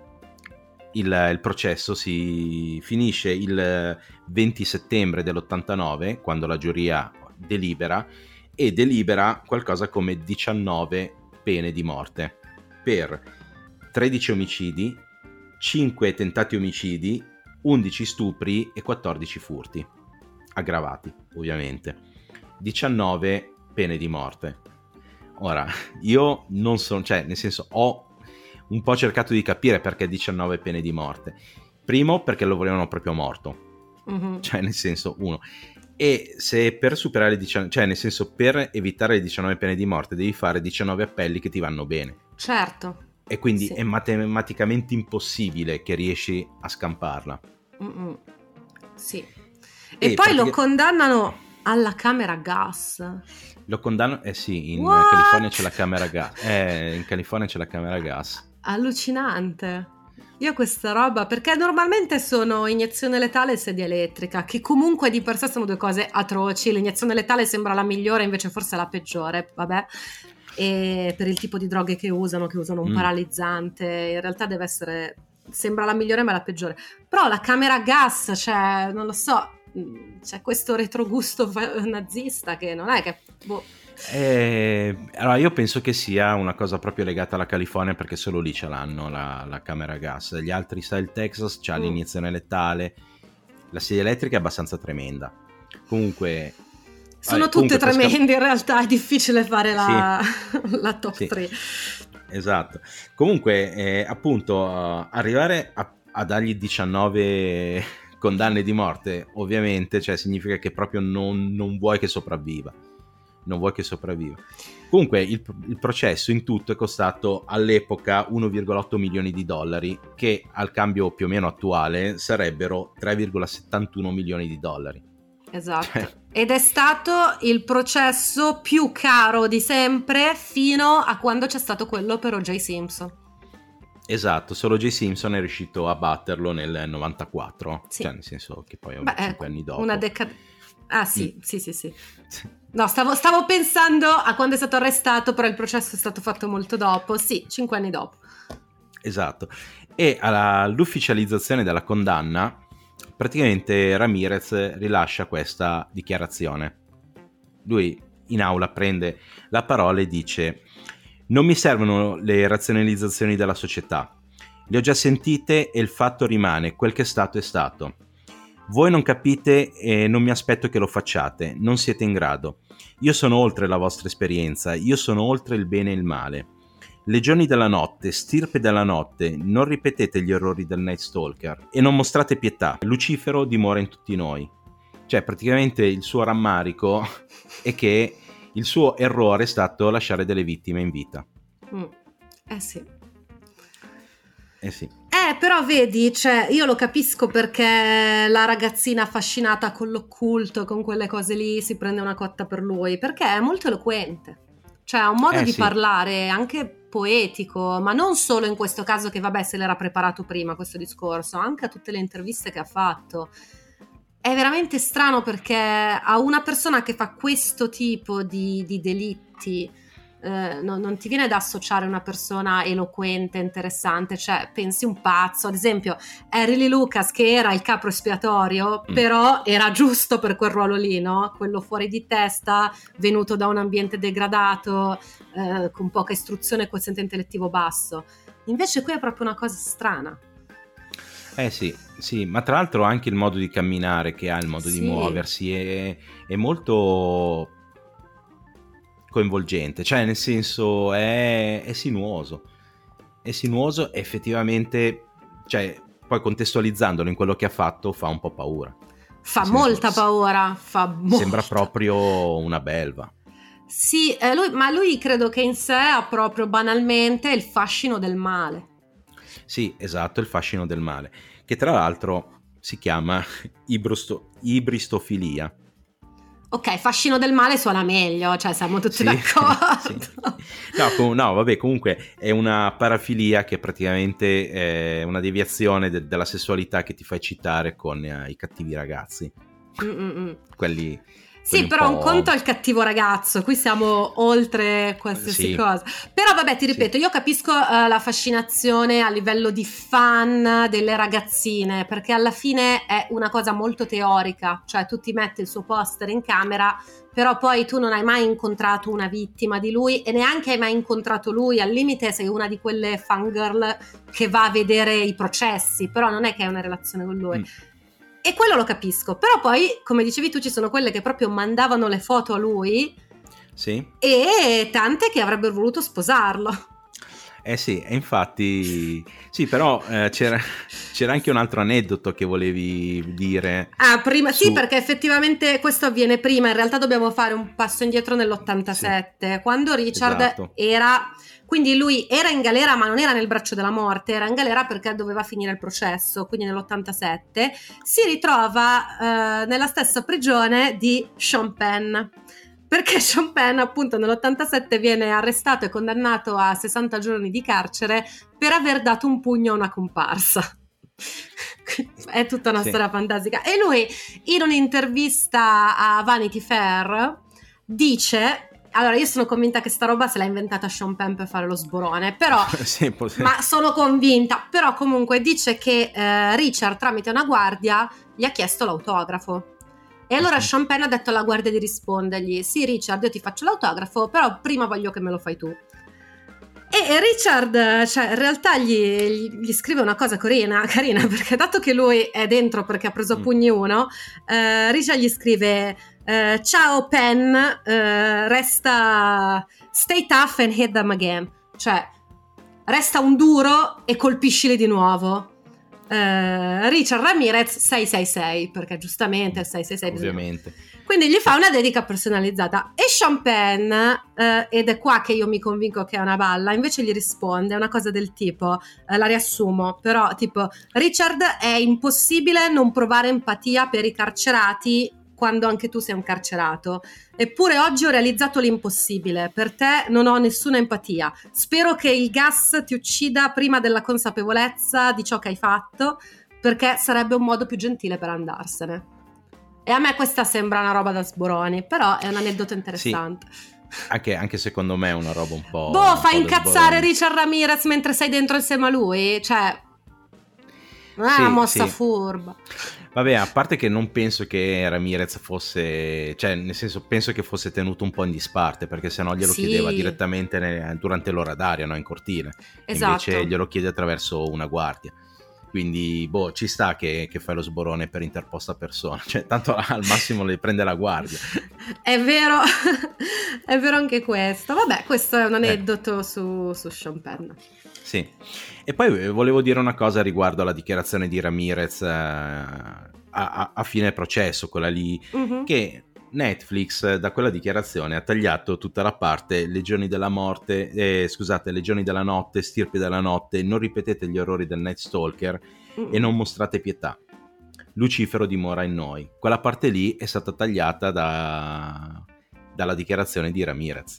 il, il processo si finisce il venti settembre dell'ottantanove, quando la giuria delibera, e delibera qualcosa come diciannove pene di morte per tredici omicidi, cinque tentati omicidi, undici stupri e quattordici furti aggravati, ovviamente. diciannove pene di morte. Ora, io non sono, cioè nel senso ho un po' cercato di capire perché diciannove pene di morte. Primo, perché lo volevano proprio morto. Mm-hmm. Cioè nel senso, uno, e se per superare le diciannove, cioè nel senso per evitare le diciannove pene di morte devi fare diciannove appelli che ti vanno bene. Certo. E quindi sì. è matematicamente impossibile che riesci a scamparla. Mm-mm. Sì. E, e poi pratica... lo condannano alla camera a gas. Lo condannano, eh sì, in What? California c'è la camera a gas. Eh, in California c'è la camera a gas. Allucinante. Io questa roba, perché normalmente sono iniezione letale e sedia elettrica, che comunque di per sé sono due cose atroci. L'iniezione letale sembra la migliore, invece forse è la peggiore, vabbè. E per il tipo di droghe che usano, che usano un mm. paralizzante, in realtà deve essere, sembra la migliore ma è la peggiore. Però la camera a gas, cioè, non lo so, c'è questo retrogusto nazista che non è che... Boh. Eh, allora io penso che sia una cosa proprio legata alla California, perché solo lì ce l'hanno la, la camera a gas. Gli altri, sai, il Texas c'ha mm. l'iniezione letale, la sedia elettrica è abbastanza tremenda. Comunque sono vabbè, tutte comunque tremende, in realtà è difficile fare la, sì. la top sì. tre. Esatto. Comunque eh, appunto uh, arrivare a, a dargli diciannove condanne di morte, ovviamente, cioè significa che proprio non, non vuoi che sopravviva. Non vuoi che sopravviva. Comunque il, il processo in tutto è costato all'epoca uno virgola otto milioni di dollari, che al cambio più o meno attuale sarebbero tre virgola settantuno milioni di dollari. Esatto. Cioè. Ed è stato il processo più caro di sempre fino a quando c'è stato quello per O J Simpson. Esatto, solo Jay Simpson è riuscito a batterlo nel novantaquattro, Sì. cioè nel senso che poi Beh, cinque anni dopo. Una decade. Ah sì, Mm. sì, sì, sì. No, stavo, stavo pensando a quando è stato arrestato, però il processo è stato fatto molto dopo. Sì, cinque anni dopo. Esatto. E all'ufficializzazione della condanna, praticamente Ramirez rilascia questa dichiarazione. Lui in aula prende la parola e dice: non mi servono le razionalizzazioni della società, le ho già sentite e il fatto rimane, quel che è stato è stato. Voi non capite e non mi aspetto che lo facciate, non siete in grado. Io sono oltre la vostra esperienza, io sono oltre il bene e il male. Legioni della notte, stirpe della notte, non ripetete gli errori del Night Stalker e non mostrate pietà. Lucifero dimora in tutti noi. Cioè, praticamente il suo rammarico è che il suo errore è stato lasciare delle vittime in vita. Mm. Eh sì. Eh sì. Eh, però vedi, cioè, io lo capisco perché la ragazzina affascinata con l'occulto, con quelle cose lì, si prende una cotta per lui, perché è molto eloquente. Cioè, ha un modo Eh, di sì. parlare anche poetico, ma non solo in questo caso che, vabbè, se l'era preparato prima questo discorso, anche a tutte le interviste che ha fatto. È veramente strano perché a una persona che fa questo tipo di, di delitti eh, no, non ti viene da associare una persona eloquente, interessante, cioè pensi un pazzo. Ad esempio Harry Lee Lucas, che era il capro espiatorio, Mm. però era giusto per quel ruolo lì, no? Quello fuori di testa, venuto da un ambiente degradato, eh, con poca istruzione e quoziente intellettivo basso. Invece qui è proprio una cosa strana. Eh sì, sì, ma tra l'altro anche il modo di camminare che ha, il modo Sì. di muoversi è, è molto coinvolgente, cioè nel senso è, è sinuoso, è sinuoso e effettivamente, cioè poi contestualizzandolo in quello che ha fatto fa un po' paura. Fa Nel senso, molta s- paura, fa molta. Sembra proprio una belva. Sì, eh, lui, ma lui credo che in sé ha proprio banalmente il fascino del male. Sì, esatto, il fascino del male, che tra l'altro si chiama ibrosto- ibristofilia. Ok, fascino del male suona meglio, cioè siamo tutti Sì, d'accordo. sì. No, com- no, vabbè, comunque è una parafilia che praticamente è una deviazione de- della sessualità che ti fa eccitare con eh, i cattivi ragazzi. Mm-mm. Quelli, Sì, quelli però un po'... conto è il cattivo ragazzo, qui siamo oltre qualsiasi Sì. cosa. Però vabbè, ti ripeto, Sì. io capisco uh, la fascinazione a livello di fan delle ragazzine, perché alla fine è una cosa molto teorica, cioè tu ti metti il suo poster in camera, però poi tu non hai mai incontrato una vittima di lui e neanche hai mai incontrato lui, al limite sei una di quelle fangirl che va a vedere i processi, però non è che hai una relazione con lui. Mm. E quello lo capisco, però poi, come dicevi tu, ci sono quelle che proprio mandavano le foto a lui, sì. E tante che avrebbero voluto sposarlo. Eh sì, e infatti, sì, però eh, c'era, c'era anche un altro aneddoto che volevi dire. Ah, prima, su... sì, perché effettivamente questo avviene prima, in realtà dobbiamo fare un passo indietro nell'ottantasette, sì, quando Richard esatto. era... Quindi lui era in galera, ma non era nel braccio della morte, era in galera perché doveva finire il processo, quindi nell'ottantasette si ritrova eh, nella stessa prigione di Sean Penn, perché Sean Penn appunto nell'ottantasette viene arrestato e condannato a sessanta giorni di carcere per aver dato un pugno a una comparsa. È tutta una sì. storia fantastica. E lui in un'intervista a Vanity Fair dice... Allora, io sono convinta che sta roba se l'ha inventata Sean Penn per fare lo sborone, però, sì, ma sono convinta, però comunque dice che eh, Richard tramite una guardia gli ha chiesto l'autografo. E allora okay. Sean Penn ha detto alla guardia di rispondergli: sì Richard, io ti faccio l'autografo, però prima voglio che me lo fai tu. E Richard, cioè, in realtà gli, gli scrive una cosa carina, carina, perché dato che lui è dentro perché ha preso pugni uno, eh, Richard gli scrive: Uh, ciao Penn, uh, resta stay tough and hit them again, cioè resta un duro e colpiscili di nuovo. uh, Richard Ramirez sei sei sei, perché giustamente il sei sei sei ovviamente bisogna... Quindi gli fa una dedica personalizzata e Sean Penn, uh, ed è qua che io mi convinco che è una balla, invece gli risponde una cosa del tipo, uh, la riassumo, però tipo: Richard, è impossibile non provare empatia per i carcerati quando anche tu sei un carcerato. Eppure oggi ho realizzato l'impossibile. Per te non ho nessuna empatia. Spero che il gas ti uccida prima della consapevolezza di ciò che hai fatto, perché sarebbe un modo più gentile per andarsene. E a me questa sembra una roba da sboroni, però è un aneddoto interessante. Sì. Anche, anche secondo me è una roba un po'... Boh, un fai po' incazzare Richard Ramirez mentre sei dentro insieme a lui? Cioè, non è sì, una mossa sì. furba. Vabbè, a parte che non penso che Ramirez fosse... Cioè, nel senso, penso che fosse tenuto un po' in disparte, perché sennò glielo Sì. chiedeva direttamente nel- durante l'ora d'aria, no? In cortile. Esatto. Invece glielo chiede attraverso una guardia. Quindi, boh, ci sta che, che fai lo sborone per interposta persona. Cioè, tanto al massimo le prende la guardia. È vero, è vero anche questo. Vabbè, questo è un aneddoto eh. su, su Sean Penn. Sì. E poi volevo dire una cosa riguardo alla dichiarazione di Ramirez eh, a, a, a fine processo, quella lì, mm-hmm. che Netflix da quella dichiarazione ha tagliato tutta la parte Legioni della morte, eh, scusate, Legioni della notte, stirpe della notte, non ripetete gli orrori del Night Stalker mm. e non mostrate pietà. Lucifero dimora in noi. Quella parte lì è stata tagliata da, dalla dichiarazione di Ramirez.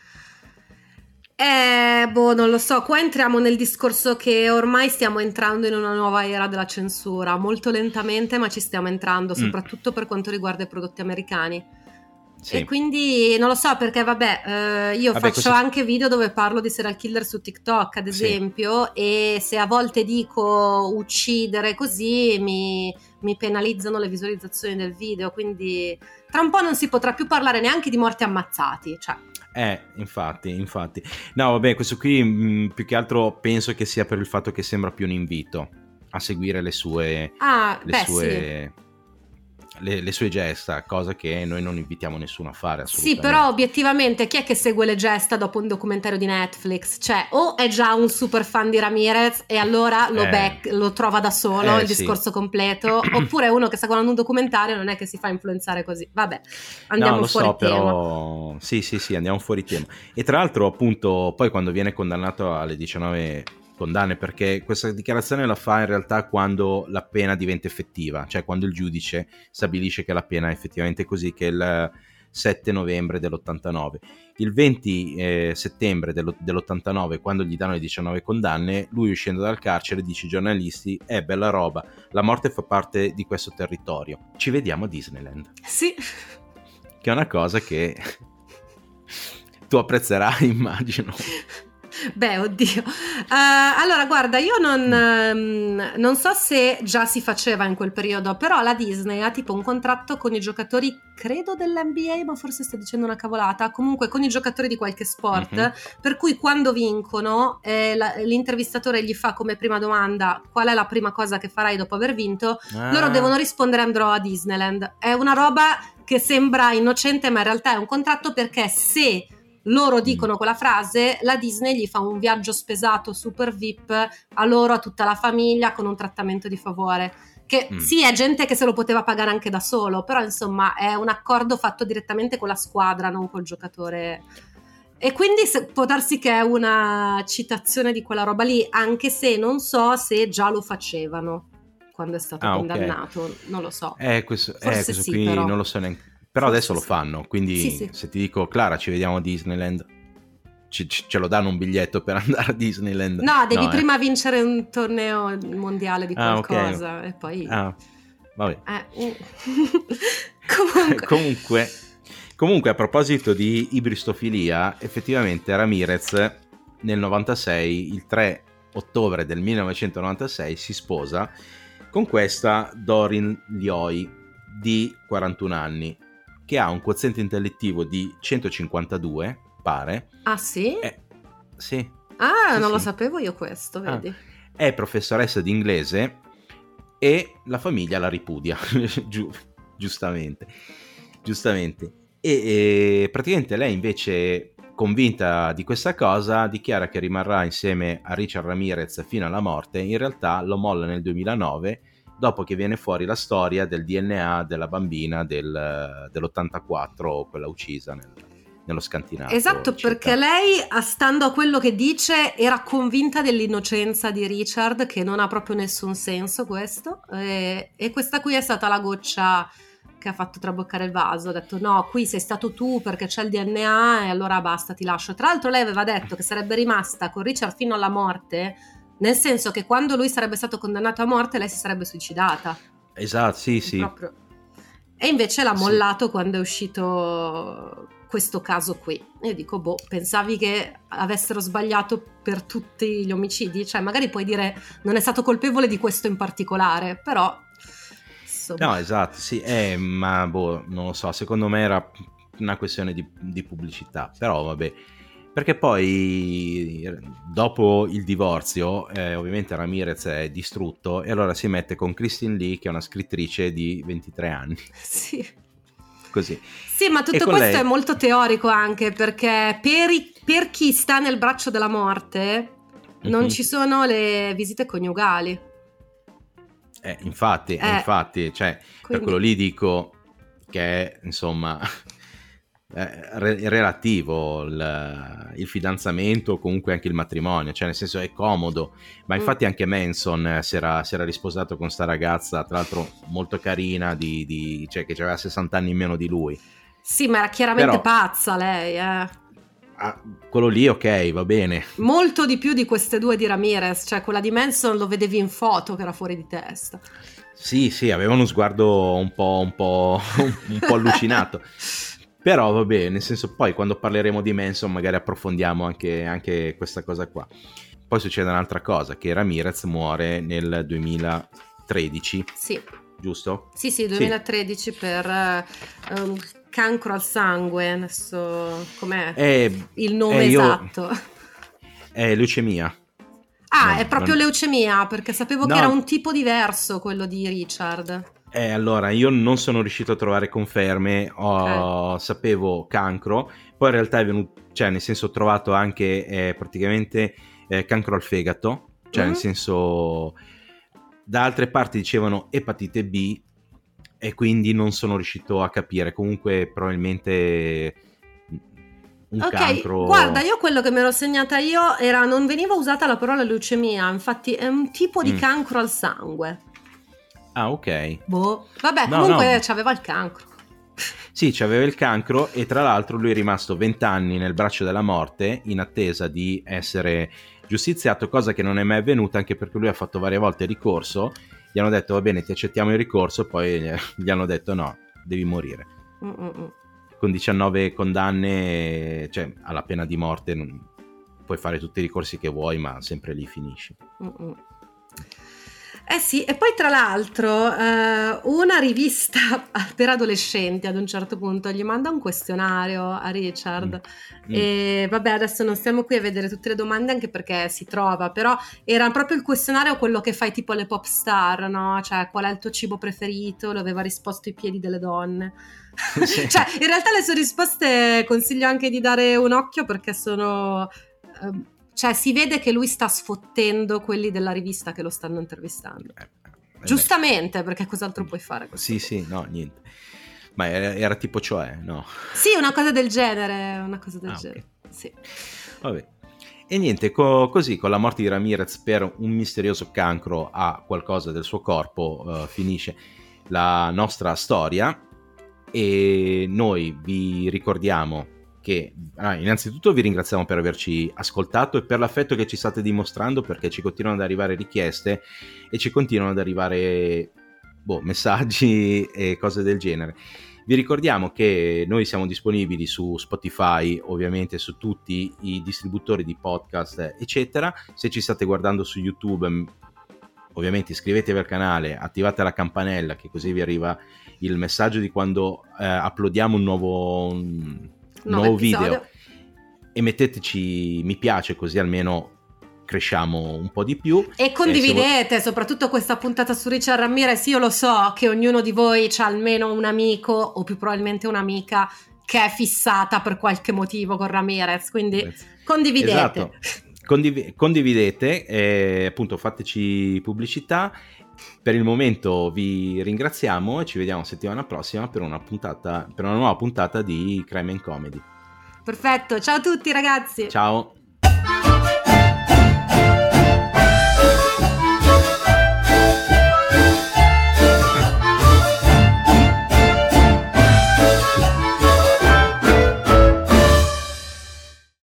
Eh, boh, non lo so, qua entriamo nel discorso che ormai stiamo entrando in una nuova era della censura, molto lentamente, ma ci stiamo entrando, soprattutto mm. per quanto riguarda i prodotti americani. Sì. E quindi non lo so, perché vabbè, eh, io vabbè, faccio questo... anche video dove parlo di serial killer su TikTok, ad esempio, sì. E se a volte dico uccidere così mi, mi penalizzano le visualizzazioni del video, quindi tra un po' non si potrà più parlare neanche di morti ammazzati, cioè... Eh, infatti, infatti. No, vabbè, questo qui mh, più che altro penso che sia per il fatto che sembra più un invito a seguire le sue... Ah, le beh, sue... sì. Le, le sue gesta, cosa che noi non invitiamo nessuno a fare assolutamente. Sì, però obiettivamente chi è che segue le gesta dopo un documentario di Netflix? Cioè, o è già un super fan di Ramirez e allora lo, eh. back, lo trova da solo, eh, il sì. discorso completo, oppure uno che sta guardando un documentario non è che si fa influenzare così. Vabbè, andiamo no, lo fuori so, tema. Però... Sì, sì, sì, andiamo fuori tema. E tra l'altro, appunto, poi quando viene condannato alle diciannove condanne, perché questa dichiarazione la fa in realtà quando la pena diventa effettiva, cioè quando il giudice stabilisce che la pena è effettivamente così, che è il sette novembre dell'ottantanove. Il venti eh, settembre dello, dell'ottantanove, quando gli danno le diciannove condanne, lui uscendo dal carcere dice ai giornalisti: è bella roba, la morte fa parte di questo territorio, ci vediamo a Disneyland. Sì. Che è una cosa che tu apprezzerai, immagino. Beh, oddio. Uh, allora, guarda, io non, um, non so se già si faceva in quel periodo, però la Disney ha tipo un contratto con i giocatori, credo dell'N B A, ma forse sto dicendo una cavolata, comunque con i giocatori di qualche sport, mm-hmm. per cui quando vincono eh, la, l'intervistatore gli fa come prima domanda qual è la prima cosa che farai dopo aver vinto, ah. loro devono rispondere andrò a Disneyland. È una roba che sembra innocente, ma in realtà è un contratto, perché se loro dicono quella frase, la Disney gli fa un viaggio spesato super V I P a loro, a tutta la famiglia, con un trattamento di favore, che mm. sì, è gente che se lo poteva pagare anche da solo, però insomma è un accordo fatto direttamente con la squadra, non col giocatore, e quindi se, può darsi che è una citazione di quella roba lì, anche se non so se già lo facevano quando è stato ah, condannato, okay. Non lo so, eh, questo, forse eh, questo sì, qui però. Non lo so neanche. Però Forse adesso lo sì. fanno, quindi sì, sì. se ti dico Clara ci vediamo a Disneyland, ci, ci, ce lo danno un biglietto per andare a Disneyland? No, devi no, prima eh. vincere un torneo mondiale di qualcosa, ah, okay. E poi ah, vabbè. Eh, uh. comunque. comunque comunque a proposito di ibristofilia, effettivamente Ramirez nel novantasei, il tre ottobre del millenovecentonovantasei, si sposa con questa Doreen Lioy di quarantuno anni, che ha un quoziente intellettivo di centocinquantadue, pare. Ah sì? È, sì. Ah, sì, non sì. lo sapevo io questo, vedi? Ah, è professoressa di inglese e la famiglia la ripudia, Giu, giustamente. Giustamente. E, e praticamente lei invece, convinta di questa cosa, dichiara che rimarrà insieme a Richard Ramirez fino alla morte. In realtà lo molla nel duemilanove, dopo che viene fuori la storia del D N A della bambina del, dell'ottantaquattro, quella uccisa nel, nello scantinato. Esatto, eccetera. Perché lei, stando a quello che dice, era convinta dell'innocenza di Richard, che non ha proprio nessun senso questo, e, e questa qui è stata la goccia che ha fatto traboccare il vaso, ha detto no, qui sei stato tu perché c'è il D N A e allora basta, ti lascio. Tra l'altro lei aveva detto che sarebbe rimasta con Richard fino alla morte, nel senso che quando lui sarebbe stato condannato a morte lei si sarebbe suicidata. Esatto, sì, sì. Proprio. E invece l'ha mollato sì. quando è uscito questo caso qui. E io dico, boh, pensavi che avessero sbagliato per tutti gli omicidi? Cioè magari puoi dire non è stato colpevole di questo in particolare, però insomma. No, esatto, sì, eh, ma boh, non lo so, secondo me era una questione di, di pubblicità, però vabbè, perché poi dopo il divorzio eh, ovviamente Ramirez è distrutto e allora si mette con Christine Lee, che è una scrittrice di ventitré anni. Sì. Così. Sì, ma tutto questo lei... è molto teorico anche, perché per, i, per chi sta nel braccio della morte non mm-hmm. ci sono le visite coniugali. Eh, infatti, eh, infatti, cioè, quindi... per quello lì dico che è, insomma, è re- relativo il, il fidanzamento o comunque anche il matrimonio, cioè nel senso è comodo, ma infatti mm. anche Manson si era, si era risposato con sta ragazza, tra l'altro molto carina, di, di, cioè che aveva sessanta anni in meno di lui. Sì, ma era chiaramente Però, pazza lei, eh. Ah, quello lì ok, va bene. Molto di più di queste due di Ramirez, cioè quella di Manson lo vedevi in foto che era fuori di testa. Sì, sì, aveva uno sguardo un po', un po', un po' allucinato. Però vabbè, nel senso, poi quando parleremo di Manson magari approfondiamo anche, anche questa cosa qua. Poi succede un'altra cosa, che Ramirez muore nel duemilatredici. Sì. Giusto? Sì, sì, duemilatredici sì. per um, cancro al sangue, adesso com'è è, il nome è io, esatto? È leucemia. Ah, no, è proprio non... leucemia, perché sapevo no. che era un tipo diverso quello di Richard. Eh, allora, io non sono riuscito a trovare conferme, ho, okay. sapevo cancro, poi in realtà è venuto, cioè nel senso ho trovato anche eh, praticamente eh, cancro al fegato, cioè mm-hmm. nel senso da altre parti dicevano epatite B e quindi non sono riuscito a capire, comunque probabilmente un ok, cancro... guarda, io quello che mi ero segnata io era, non veniva usata la parola leucemia, infatti è un tipo di mm. cancro al sangue. Ah, ok. Boh. Vabbè, no, comunque no. c'aveva il cancro. Sì, c'aveva il cancro e tra l'altro lui è rimasto vent'anni nel braccio della morte in attesa di essere giustiziato, cosa che non è mai avvenuta anche perché lui ha fatto varie volte ricorso, gli hanno detto va bene ti accettiamo il ricorso, poi gli hanno detto no, devi morire. Mm-mm. Con diciannove condanne, cioè alla pena di morte non... puoi fare tutti i ricorsi che vuoi ma sempre lì finisci. Mm-mm. Eh sì, e poi tra l'altro eh, una rivista per adolescenti ad un certo punto gli manda un questionario a Richard mm. e vabbè adesso non stiamo qui a vedere tutte le domande anche perché si trova, però era proprio il questionario quello che fai tipo alle pop star, no? Cioè qual è il tuo cibo preferito? Lo aveva risposto i piedi delle donne. Sì. Cioè in realtà le sue risposte consiglio anche di dare un occhio perché sono... Eh, cioè si vede che lui sta sfottendo quelli della rivista che lo stanno intervistando. Eh, eh, giustamente, beh. Perché cos'altro puoi fare? Sì, punto? Sì, no, niente. Ma era, era tipo cioè, no? Sì, una cosa del genere, una cosa del ah, genere. Okay. Sì. Vabbè. E niente, co- così con la morte di Ramirez per un misterioso cancro a qualcosa del suo corpo uh, finisce la nostra storia e noi vi ricordiamo che ah, innanzitutto vi ringraziamo per averci ascoltato e per l'affetto che ci state dimostrando perché ci continuano ad arrivare richieste e ci continuano ad arrivare boh, messaggi e cose del genere. Vi ricordiamo che noi siamo disponibili su Spotify, ovviamente su tutti i distributori di podcast eccetera. Se ci state guardando su YouTube ovviamente iscrivetevi al canale, attivate la campanella che così vi arriva il messaggio di quando eh, uploadiamo un nuovo... Un, nuovo video e metteteci mi piace così almeno cresciamo un po' di più e condividete e vo- soprattutto questa puntata su Richard Ramirez. Io lo so che ognuno di voi c'ha almeno un amico o più probabilmente un'amica che è fissata per qualche motivo con Ramirez, quindi Grazie. Condividete esatto. Condiv- condividete e appunto fateci pubblicità. Per il momento vi ringraziamo e ci vediamo settimana prossima per una puntata, per una nuova puntata di Crime and Comedy. Perfetto, ciao a tutti ragazzi. Ciao.